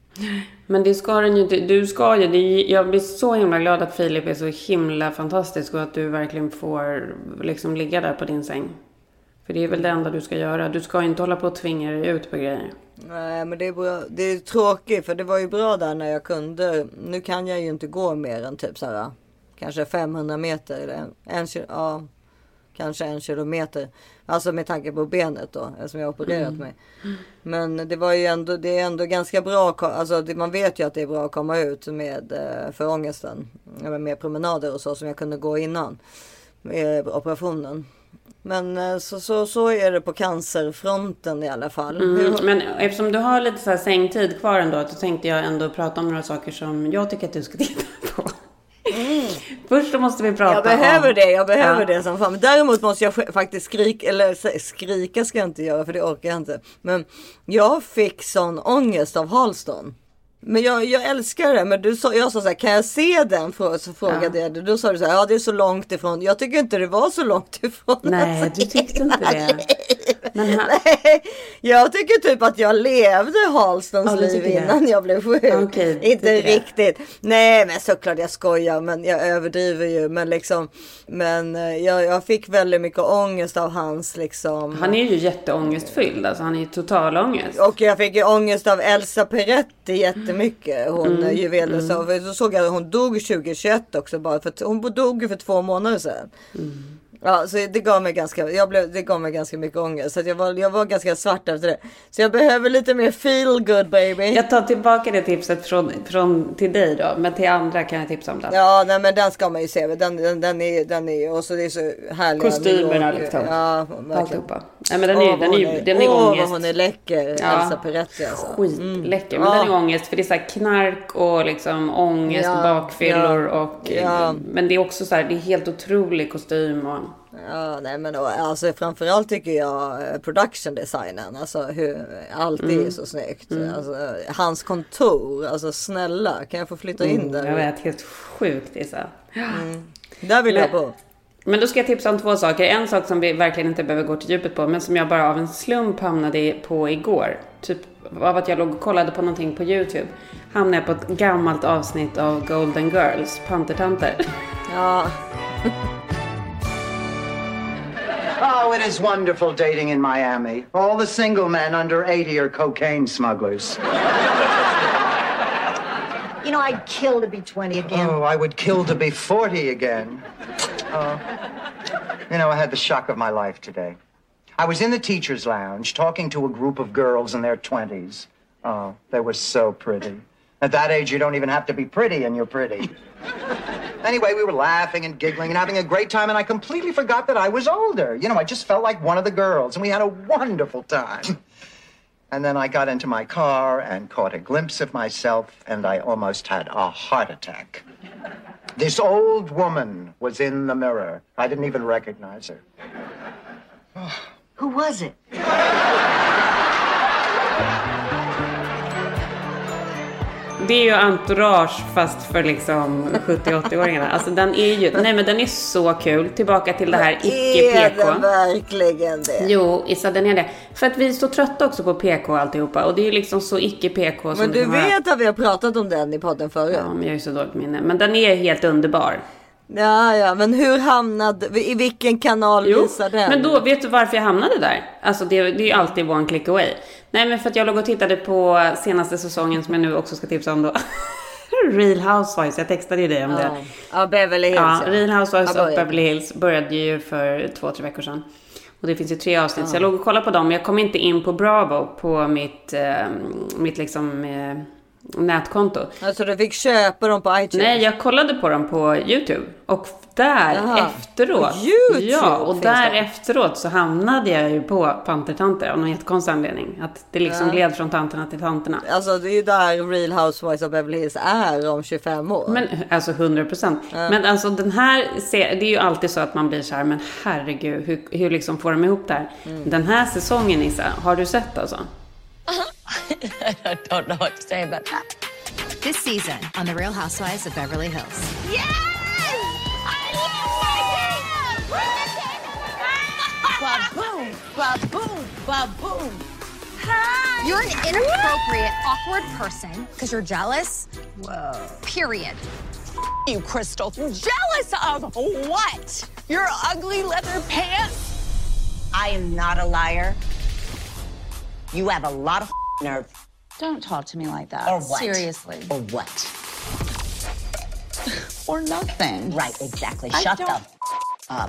Men det ska den ju inte. Du ska ju, det, jag blir så himla glad att Filip är så himla fantastisk. Och att du verkligen får liksom ligga där på din säng. För det är väl det enda du ska göra. Du ska inte hålla på och tvinga dig ut på grejer. Nej, men det är, bra. Det är tråkigt. För det var ju bra där när jag kunde. Nu kan jag ju inte gå mer än typ så här, kanske femhundra meter. Eller en, ja, kanske en kilometer. Alltså med tanke på benet då. Eftersom jag har opererat mm. mig. Men det var ju ändå, det är ändå ganska bra. Alltså det, man vet ju att det är bra att komma ut med för ångesten. Med promenader och så som jag kunde gå innan. Med operationen. Men så, så, så är det på cancerfronten i alla fall. Mm, men eftersom du har lite så här sängtid kvar ändå, så tänkte jag ändå prata om några saker som jag tycker att du ska titta på. Mm. Först så måste vi prata jag behöver om... det, jag behöver ja. det som fan. Men däremot måste jag faktiskt skrika, eller skrika ska jag inte göra för det orkar jag inte. Men jag fick sån ångest av Halston. Men jag, jag älskar det. Men du sa, jag sa så här, kan jag se den? Så frågade jag. Då sa du så här, ja det är så långt ifrån. Jag tycker inte det var så långt ifrån. Nej, du tyckte inte det. Men han... Nej, jag tycker typ att jag levde Halstons ja, liv innan det. Jag blev sjuk. Okay, inte riktigt. Det. Nej, men såklart jag skojar. Men jag överdriver ju. Men liksom, men jag, jag fick väldigt mycket ångest av hans liksom. Han är ju jätteångestfylld. Alltså han är ju total ångest. Och jag fick ju ångest av Elsa Peretti jättemycket. Mycket. Hon mm, juveler så mm. så såg jag att hon dog tjugo tjugoett också bara för att hon dog för två månader sedan. Mm. Ja, så det gav mig ganska jag blev det gav mig ganska mycket ångest så att jag var jag var ganska svart efter det. Så jag behöver lite mer feel good baby. Jag tar tillbaka det tipset från från till dig då, men till andra kan jag tipsa om det. Ja, nej men den ska man ju se. Den den, den är den är och så det är så härligt. Kostymerna liksom. Ja, alltihopa. Nej men den är oh, den är den är åh, ångest. Hon är läcker, ja. Elsa Peretti alltså. Skitläcker. Mm. Men ja. Den är ångest för det är så här knark och liksom ångest ja, och bakfyllor ja, och ja. Men det är också så här det är helt otrolig kostym och ja, nej men då, alltså framförallt tycker jag production designen, alltså hur allt mm. är så snyggt. Mm. Alltså, hans kontor, alltså snälla, kan jag få flytta in mm, där? Jag vet, helt sjukt Isa. Mm. Där vill men, jag bo. Men då ska jag tipsa om två saker. En sak som vi verkligen inte behöver gå till djupet på, men som jag bara av en slump hamnade på igår. Typ av att jag låg och kollade på någonting på YouTube. Hamnade jag på ett gammalt avsnitt av Golden Girls, Pantertanter. Ja. Oh, it is wonderful dating in Miami. All the single men under eighty are cocaine smugglers. You know, I'd kill to be twenty again. Oh, I would kill to be forty again. Oh. You know, I had the shock of my life today. I was in the teacher's lounge talking to a group of girls in their twenties. Oh, they were so pretty. At that age, you don't even have to be pretty, and you're pretty. Anyway, we were laughing and giggling and having a great time, and I completely forgot that I was older. You know, I just felt like one of the girls, and we had a wonderful time. And then I got into my car and caught a glimpse of myself, and I almost had a heart attack. This old woman was in the mirror. I didn't even recognize her. Who was it? det är ju Entourage fast för liksom sjuttio-åttio-åringarna. Alltså den är ju, nej men den är så kul. Tillbaka till det här icke-P K. Är den verkligen det? Jo, Issa, den är det. För att vi är så trötta också på P K och alltihopa. Och det är ju liksom så icke-P K. Men du vet att vi har pratat om den i podden förut. Ja, men jag är ju så dåligt minne. Men den är helt underbar. Ja, ja, men hur hamnade, i vilken kanal Jo, visar den? Men då, vet du varför jag hamnade där? Alltså det, det är ju alltid one click away. Nej, men för att jag låg och tittade på senaste säsongen som jag nu också ska tipsa om då. Real Housewives, jag textade ju dig om ja. det. Ja, Beverly Hills. Ja, Real Housewives ja, och Beverly Hills började ju för två, tre veckor sedan. Och det finns ju tre avsnitt, ja. Så jag låg och kollade på dem. Jag kom inte in på Bravo på mitt, eh, mitt liksom... Eh, nätkonto. Alltså du fick köpa dem på iTunes? Nej, jag kollade på dem på YouTube. Och där Jaha. efteråt. På YouTube? Ja, och där det. efteråt så hamnade jag ju på Pantertanter av någon jättekonstig anledning. Att det liksom ja. gled från tanterna till tanterna. Alltså det är ju där Real Housewives of Beverly Hills är om tjugofem år. Men alltså hundra procent. Ja. Men alltså den här, det är ju alltid så att man blir så här, men herregud, hur, hur liksom får de ihop det här? Mm. Den här säsongen, Issa, har du sett alltså? I don't know what to say about that. This season on The Real Housewives of Beverly Hills. Yes! I love my game! Ba-boom, ba-boom, ba-boom. Hi! You're an inappropriate, awkward person because you're jealous. Whoa. Period. You, Crystal. Jealous of what? Your ugly leather pants? I am not a liar. You have a lot of nerve. Don't talk to me like that. Or what? Seriously. Or what? Or nothing. Right, exactly. Shut the up.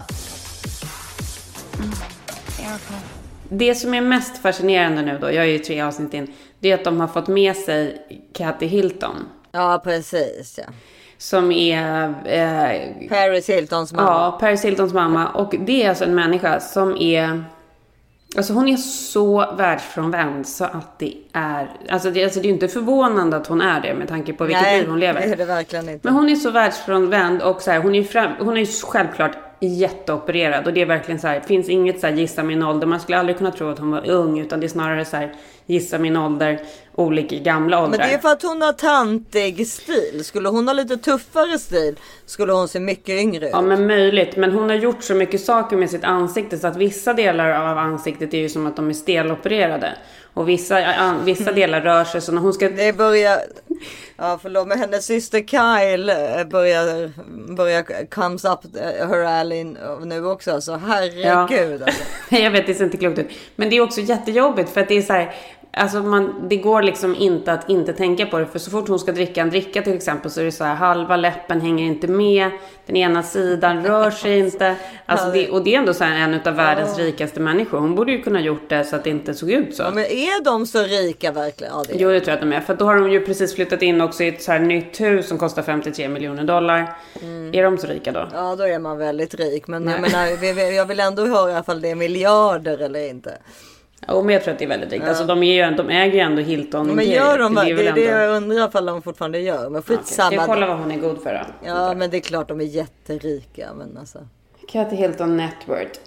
Erica. Det som är mest fascinerande nu då, jag är ju tre avsnitt in, det är att de har fått med sig Kathy Hilton. Ja, precis, ja. Som är... Eh, Paris Hiltons mamma. Ja, Paris Hiltons mamma. Och det är alltså en människa som är... Alltså hon är så världsfrånvänd så att det är... Alltså det, alltså det är ju inte förvånande att hon är det med tanke på vilket Nej, liv hon lever. Nej, det är det verkligen inte. Men hon är så världsfrånvänd och så här, hon är ju fram, hon är ju självklart jätteopererad. Och det är verkligen så här, det finns inget så här gissa min ålder. Man skulle aldrig kunna tro att hon var ung, utan det är snarare så här gissa min ålder, olika gamla åldrar. Men det är för att hon har tantig stil. Skulle hon ha lite tuffare stil skulle hon se mycket yngre ut. Ja, men möjligt. Men hon har gjort så mycket saker med sitt ansikte så att vissa delar av ansiktet är ju som att de är stelopererade. Och vissa, an, vissa delar rör sig så när hon ska... Det börjar... Ja, förlåt, men hennes syster Kyle börjar, börjar comes up her alley nu också. Så herregud. Ja. Alltså. Jag vet, det ser inte klokt ut. Men det är också jättejobbigt för att det är så här... Alltså man, det går liksom inte att inte tänka på det. För så fort hon ska dricka en dricka till exempel så är det så här, halva läppen hänger inte med. Den ena sidan rör sig inte. Alltså det, och det är ändå så här en av världens rikaste människor. Hon borde ju kunna gjort det så att det inte såg ut så. Ja, men är de så rika verkligen? Ja, det är... Jo, det tror jag att de är. För då har de ju precis flyttat in också i ett så här nytt hus som kostar femtiotre miljoner dollar. Mm. Är de så rika då? Ja, då är man väldigt rik. Men jag, menar, jag vill ändå höra ifall det är miljarder eller inte. Ja, men jag tror att det är väldigt rikt. Ja. Alltså de, är ju, de äger ju ändå Hilton. Men gör de, det, det är ändå... det jag undrar ifall de fortfarande gör. Men skitsamma. Okay. Jag kollar vad hon är god för då. Ja, men det är klart de är jätterika. Men alltså... Kathy Hilton net worth.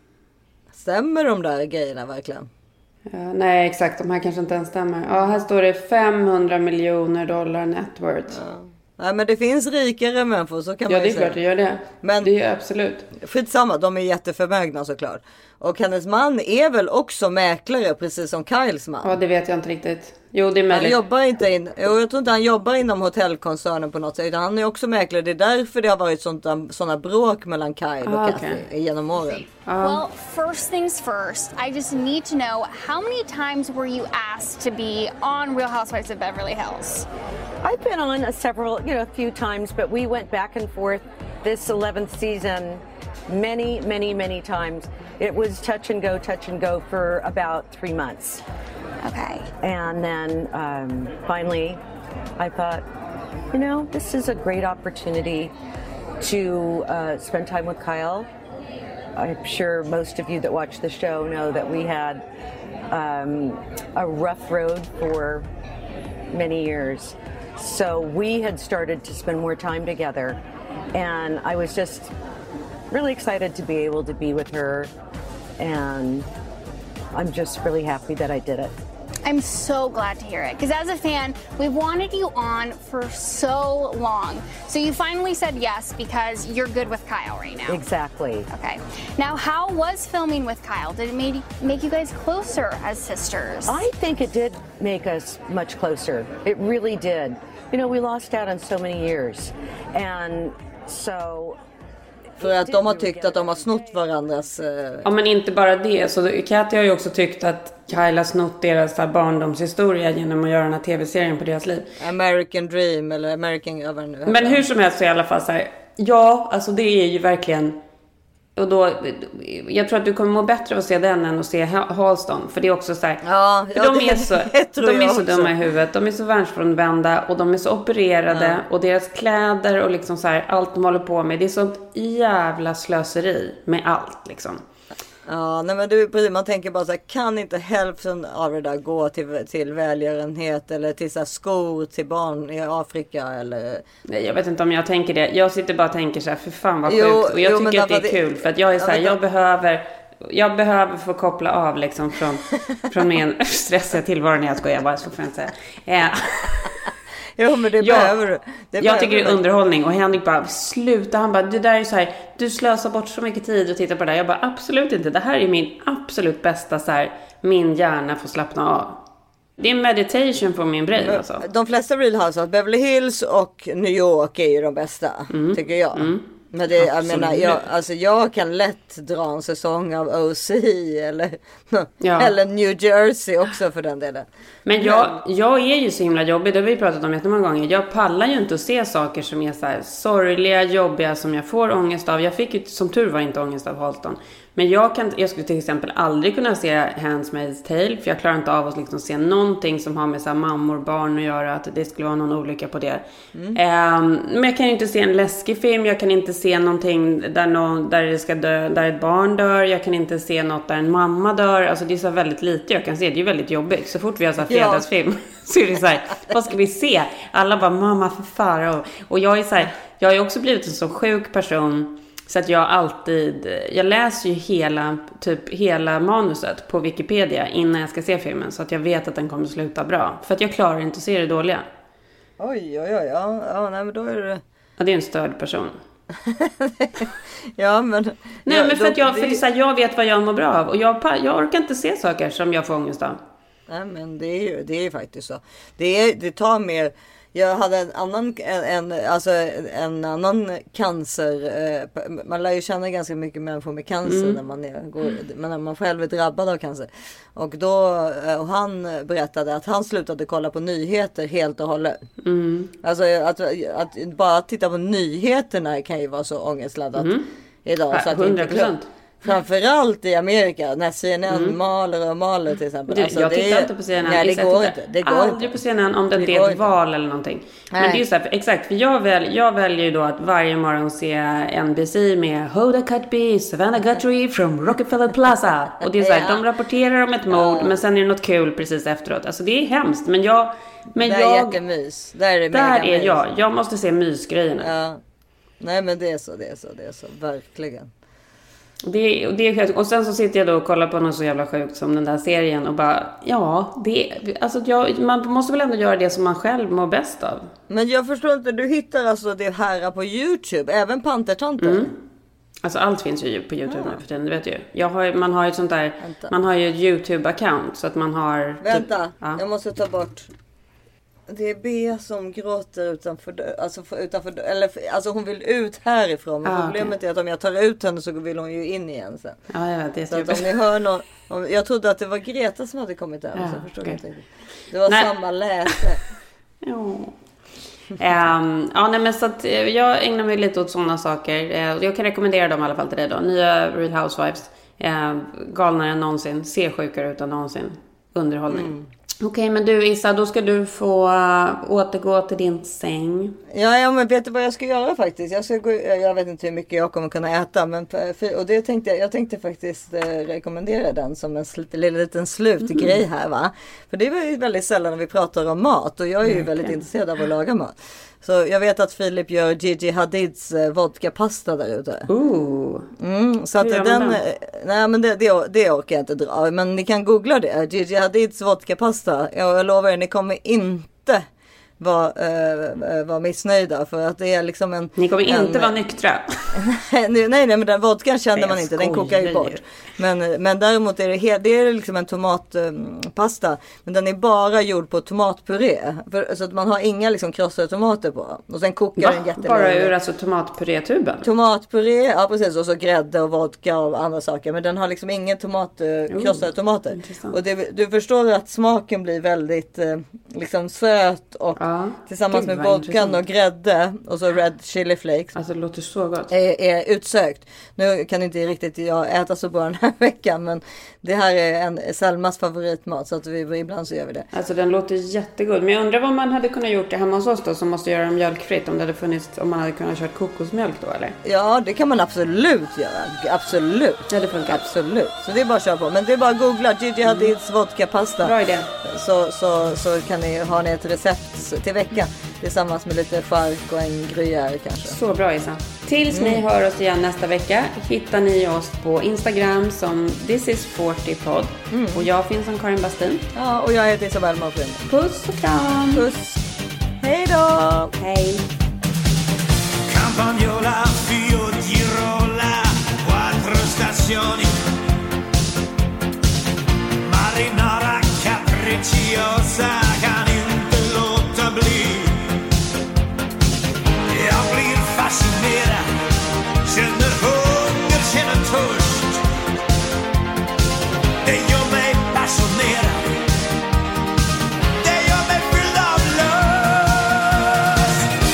Stämmer de där grejerna verkligen? Ja, nej, exakt. De här kanske inte ens stämmer. Ja, här står det femhundra miljoner dollar net worth. Ja. Nej, men det finns rikare människor, så kan ja, man ju säga. Ja, det är klart det gör det. Men det är absolut. Skitsamma, de är jätteförmögna såklart. Och hennes man är väl också mäklare, precis som Kyles man. Ja, det vet jag inte riktigt. Jo, det är möjligt. Han jobbar inte in, jo, jag tror inte han jobbar inom hotellkoncernen på något sätt. Utan han är också mäklare. Det är därför det har varit sådana bråk mellan Kyle och ah, Kathy okay. genom åren. Uh. Well, first things first, I just need to know, how many times were you asked to be on Real Housewives of Beverly Hills? I've been on a several, you know, a few times, but we went back and forth this eleventh season many, many, many times. It was touch and go, touch and go for about three months. Okay. And then um, finally, I thought, you know, this is a great opportunity to uh, spend time with Kyle. I'm sure most of you that watch the show know that we had um, a rough road for many years. So we had started to spend more time together. And I was just really excited to be able to be with her. And I'm just really happy that I did it. I'm so glad to hear it. Because as a fan, we wanted you on for so long. So you finally said yes because you're good with Kyle right now. Exactly. Okay. Now, how was filming with Kyle? Did it make, make you guys closer as sisters? I think it did make us much closer. It really did. You know, we lost out on so many years. And so... För att de har tyckt att de har snott varandras... Eh... Ja, men inte bara det. Så Katja har ju också tyckt att Kyle har snott deras här barndomshistoria genom att göra den här tv-serien på deras liv. American Dream eller American... Men hur som helst så i alla fall så här... Ja, alltså det är ju verkligen... Och då, jag tror att du kommer må bättre av att se den än att se Halston. För det är också så här, ja, för ja, de är så, de är så dumma i huvudet. De är så världsfrånvända och de är så opererade. Ja. Och deras kläder och liksom så här, allt de håller på med. Det är sånt jävla slöseri med allt liksom. Ja, nej men du, man tänker bara så här, kan inte hälften av det där gå till, till välgörenhet eller till så här skor till barn i Afrika eller... Nej, jag vet inte om jag tänker det. Jag sitter bara och tänker så här, för fan vad sjukt. Jo, och jag jo, tycker att det är det... kul för att jag är så här, jag behöver... Jag behöver få koppla av liksom från, från min stressiga tillvaro. Jag skojar bara, så får jag inte säga. Ja. Jo, men det ja, behöver du. Det jag behöver tycker det är du. underhållning. Och Henrik bara, sluta. Han bara, det där är så här, du slösar bort så mycket tid och tittar på det där. Jag bara, absolut inte. Det här är min absolut bästa så här, min hjärna får slappna av. Det är meditation på min brain alltså. De flesta Real Housewives, Beverly Hills och New York är ju de bästa, mm. tycker jag. Mm. Men det, jag menar, jag, alltså jag kan lätt dra en säsong av O C eller, ja. eller New Jersey också för den delen. Men jag, jag är ju så himla jobbig, det har vi pratat om jättemånga gånger. Jag pallar ju inte att se saker som är så här sorgliga, jobbiga, som jag får ångest av. Jag fick ju som tur var inte ångest av Halston. Men jag, kan, jag skulle till exempel aldrig kunna se Handmaid's Tale. För jag klarar inte av att liksom se någonting som har med så här mammor, barn att göra. Att det skulle vara någon olycka på det. Mm. Um, men jag kan ju inte se en läskig film. Jag kan inte se någonting där, någon, där, det ska dö, där ett barn dör. Jag kan inte se något där en mamma dör. Alltså det är så väldigt lite jag kan se. Det är ju väldigt jobbigt. Så fort vi har så här fredagsfilm ja. så är det så här, vad ska vi se? Alla bara, mamma för fara. Och jag är så här, jag har ju också blivit en så sjuk person. Så att jag alltid, jag läser ju hela, typ hela manuset på Wikipedia innan jag ska se filmen. Så att jag vet att den kommer sluta bra. För att jag klarar inte att se det dåliga. Oj, oj, oj, ja, ja nej men då är det... Ja, det är en störd person. ja, men... Nej, ja, men för då, att jag, det... för så här, jag vet vad jag mår bra av. Och jag, jag orkar inte se saker som jag får ångest av. Nej, men det är ju, det är ju faktiskt så. Det, är, det tar mer... Jag hade en annan, en, en, alltså en annan cancer. Eh, man lär ju känna ganska mycket människor med cancer mm. när man är, går, men när man själv är drabbad av cancer. Och då, och han berättade att han slutade kolla på nyheter helt och hållet. Mm. Alltså att, att bara titta på nyheterna kan ju vara så ångestladdat mm. idag. Så att hundra procent. Framförallt i Amerika när C N N mm. maler och maler till exempel. Alltså, jag tittar det, inte på C N N. Nej, det går inte. Det går aldrig inte. på C N N om det, det är ett val eller någonting. Nej. Men det är ju så här, exakt. För jag, väl, jag väljer ju då att varje morgon se N B C med Hoda Kotb, Savannah Guthrie from Rockefeller Plaza. Och det är så här, ja. de rapporterar om ett mord, ja. men sen är det något kul precis efteråt. Alltså det är hemskt. Men jag... Men där jag, är jättemys. Där är, där är jag. Jag måste se mysgrejerna. Ja. Nej, men det är så, det är så, det är så. Verkligen. Det, det är, och sen så sitter jag då och kollar på något så jävla sjukt som den där serien och bara, ja, det, alltså jag, man måste väl ändå göra det som man själv mår bäst av. Men jag förstår inte, du hittar alltså det här på YouTube, även Pantertanter? Mm. Alltså allt finns ju på YouTube ja. nu för tiden, det vet du. Jag har, man har ju ett sånt där, Vänta. man har ju ett YouTube-account så att man har... Vänta, typ, ja. jag måste ta bort... Det är B som gråter utanför, alltså utanför, eller alltså hon vill ut härifrån. Men ah, problemet okay. är att om jag tar ut henne så vill hon ju in igen sen. Ja, ja, det är så att om ni hör någon, om, jag trodde att det var Greta som hade kommit hem. Ja, så förstår okay. inte. Det var nej. samma läse. Ja. um, ja, nej, men så att jag ägnar mig lite åt sådana saker. Uh, jag kan rekommendera dem i alla fall till dig då. Nya Real Housewives. Uh, galnare än någonsin. Se sjukare utan någonsin. Underhållning. Mm. Okej, okay, men du Issa, då ska du få uh, återgå till din säng. Ja, ja, men vet du vad jag ska göra faktiskt? Jag, ska gå, jag vet inte hur mycket jag kommer kunna äta. Men, och det tänkte jag, jag tänkte faktiskt eh, rekommendera den som en sl- liten, liten slutgrej här va. För det är ju väldigt sällan när vi pratar om mat. Och jag är ju mm, väldigt okay. intresserad av att laga mat. Så jag vet att Filip gör Gigi Hadids eh, vodkapasta där ute. Ooh. Mm, så att den, den? Nej men det, det, det orkar jag inte dra. Men ni kan googla det. Gigi Hadids vodkapasta. Jag, jag lovar er, ni kommer inte vara uh, var missnöjda. För att det är liksom en... Ni kommer en, inte vara nyktra. nej, nej, nej, men den vodkan känner nej, man inte. Den kokar ju bort. Men, men däremot är det, helt, det är liksom en tomatpasta. Um, men den är bara gjord på tomatpuré. För, så att man har inga liksom krossade tomater på. Och sen kokar Va? den jättelänge. Bara ur alltså tomatpurétuben? Tomatpuré, ja precis. Och så grädde och vodka och andra saker. Men den har liksom ingen tomat, uh, krossade oh, tomater. Intressant. Och det, du förstår att smaken blir väldigt uh, liksom söt. Och ja, tillsammans med vodkan och grädde. Och så red chili flakes. Alltså det låter så gott. Är, är utsökt. Nu kan inte riktigt jag äta så bra den här veckan. Men det här är en Selmas favoritmat. Så att vi ibland så gör vi det. Alltså den låter jättegod. Men jag undrar vad man hade kunnat gjort det hemma hos oss då. Som måste göra mjölkfritt. Om det hade funnits, om man hade kunnat köra kokosmjölk då eller? Ja, det kan man absolut göra. Absolut. Ja, det funkar. Absolut. Så det är bara att köra på. Men det är bara att googla Gigi Hadids mm. vodkapasta. Bra idé. Så, så, så kan ni ha ni ett recept till veckan. Tillsammans med lite chark och en gruyère kanske. Så bra Isa. Tills mm. ni hör oss igen nästa vecka hittar ni oss på Instagram som This is fyrtio podd. Mm. Och jag finns som Karin Bastin. Ja, och jag heter Isabel Marfrin. Puss och kram. Puss. Hej då. Hej. Campagnola, Fio, Girola, quattro stazioni. Marinara capricciosa, kan inte låta bli. Jag blir fascinerad, känner hunger, känner törst. Det gör mig passionerad, det gör mig fylld av lust.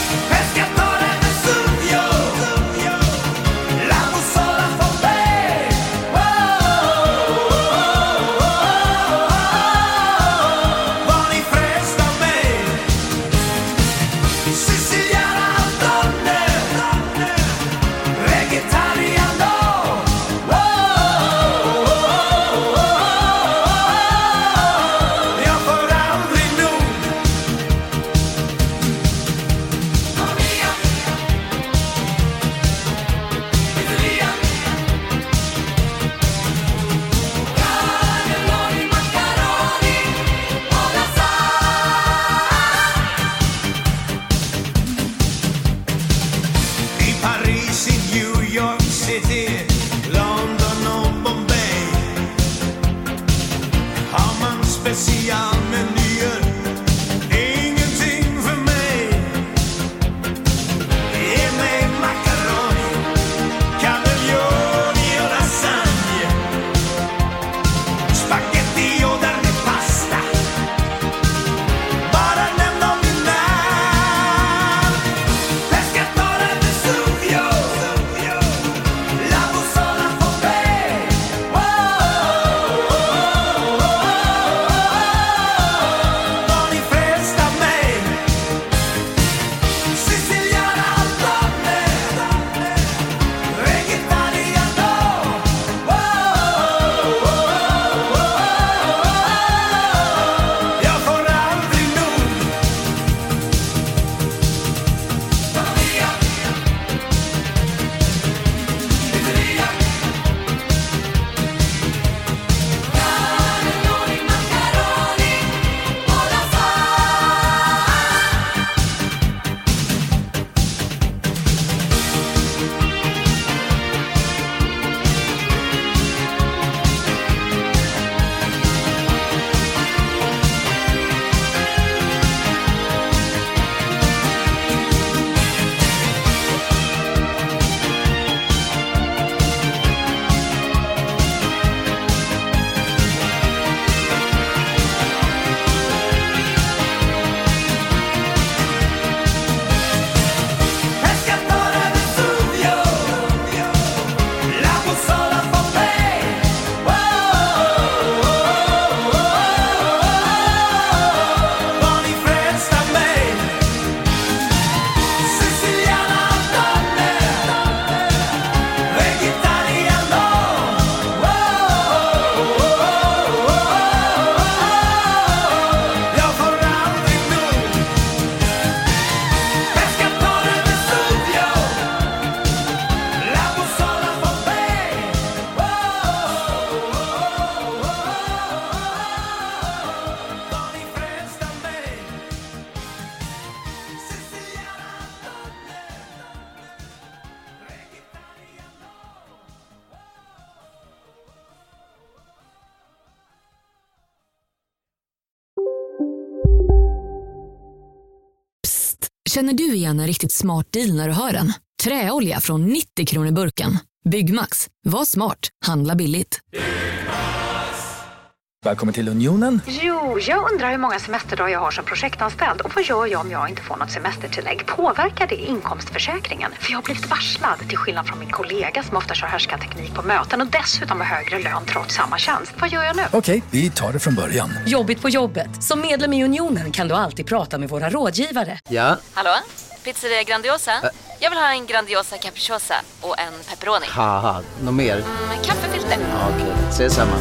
Känner du igen en riktigt smart deal när du hör den? Träolja från nittio kronor burken. Byggmax. Var smart. Handla billigt. Välkommen till Unionen. Jo, jag undrar hur många semesterdagar jag har som projektanställd. Och vad gör jag om jag inte får något semestertillägg? Påverkar det inkomstförsäkringen? För jag har blivit varslad, till skillnad från min kollega som ofta kör härskarteknik på möten och dessutom har högre lön trots samma tjänst. Vad gör jag nu? Okej, vi tar det från början. Jobbigt på jobbet. Som medlem i Unionen kan du alltid prata med våra rådgivare. Ja? Hallå? Pizzeria Grandiosa? Ä jag vill ha en Grandiosa capriciosa och en pepperoni. Haha, något mer? Mm, kaffefilter. Ja, okej, okay. Ses samma.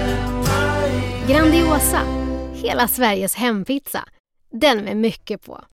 Grandiosa, hela Sveriges hempizza. Den med mycket på.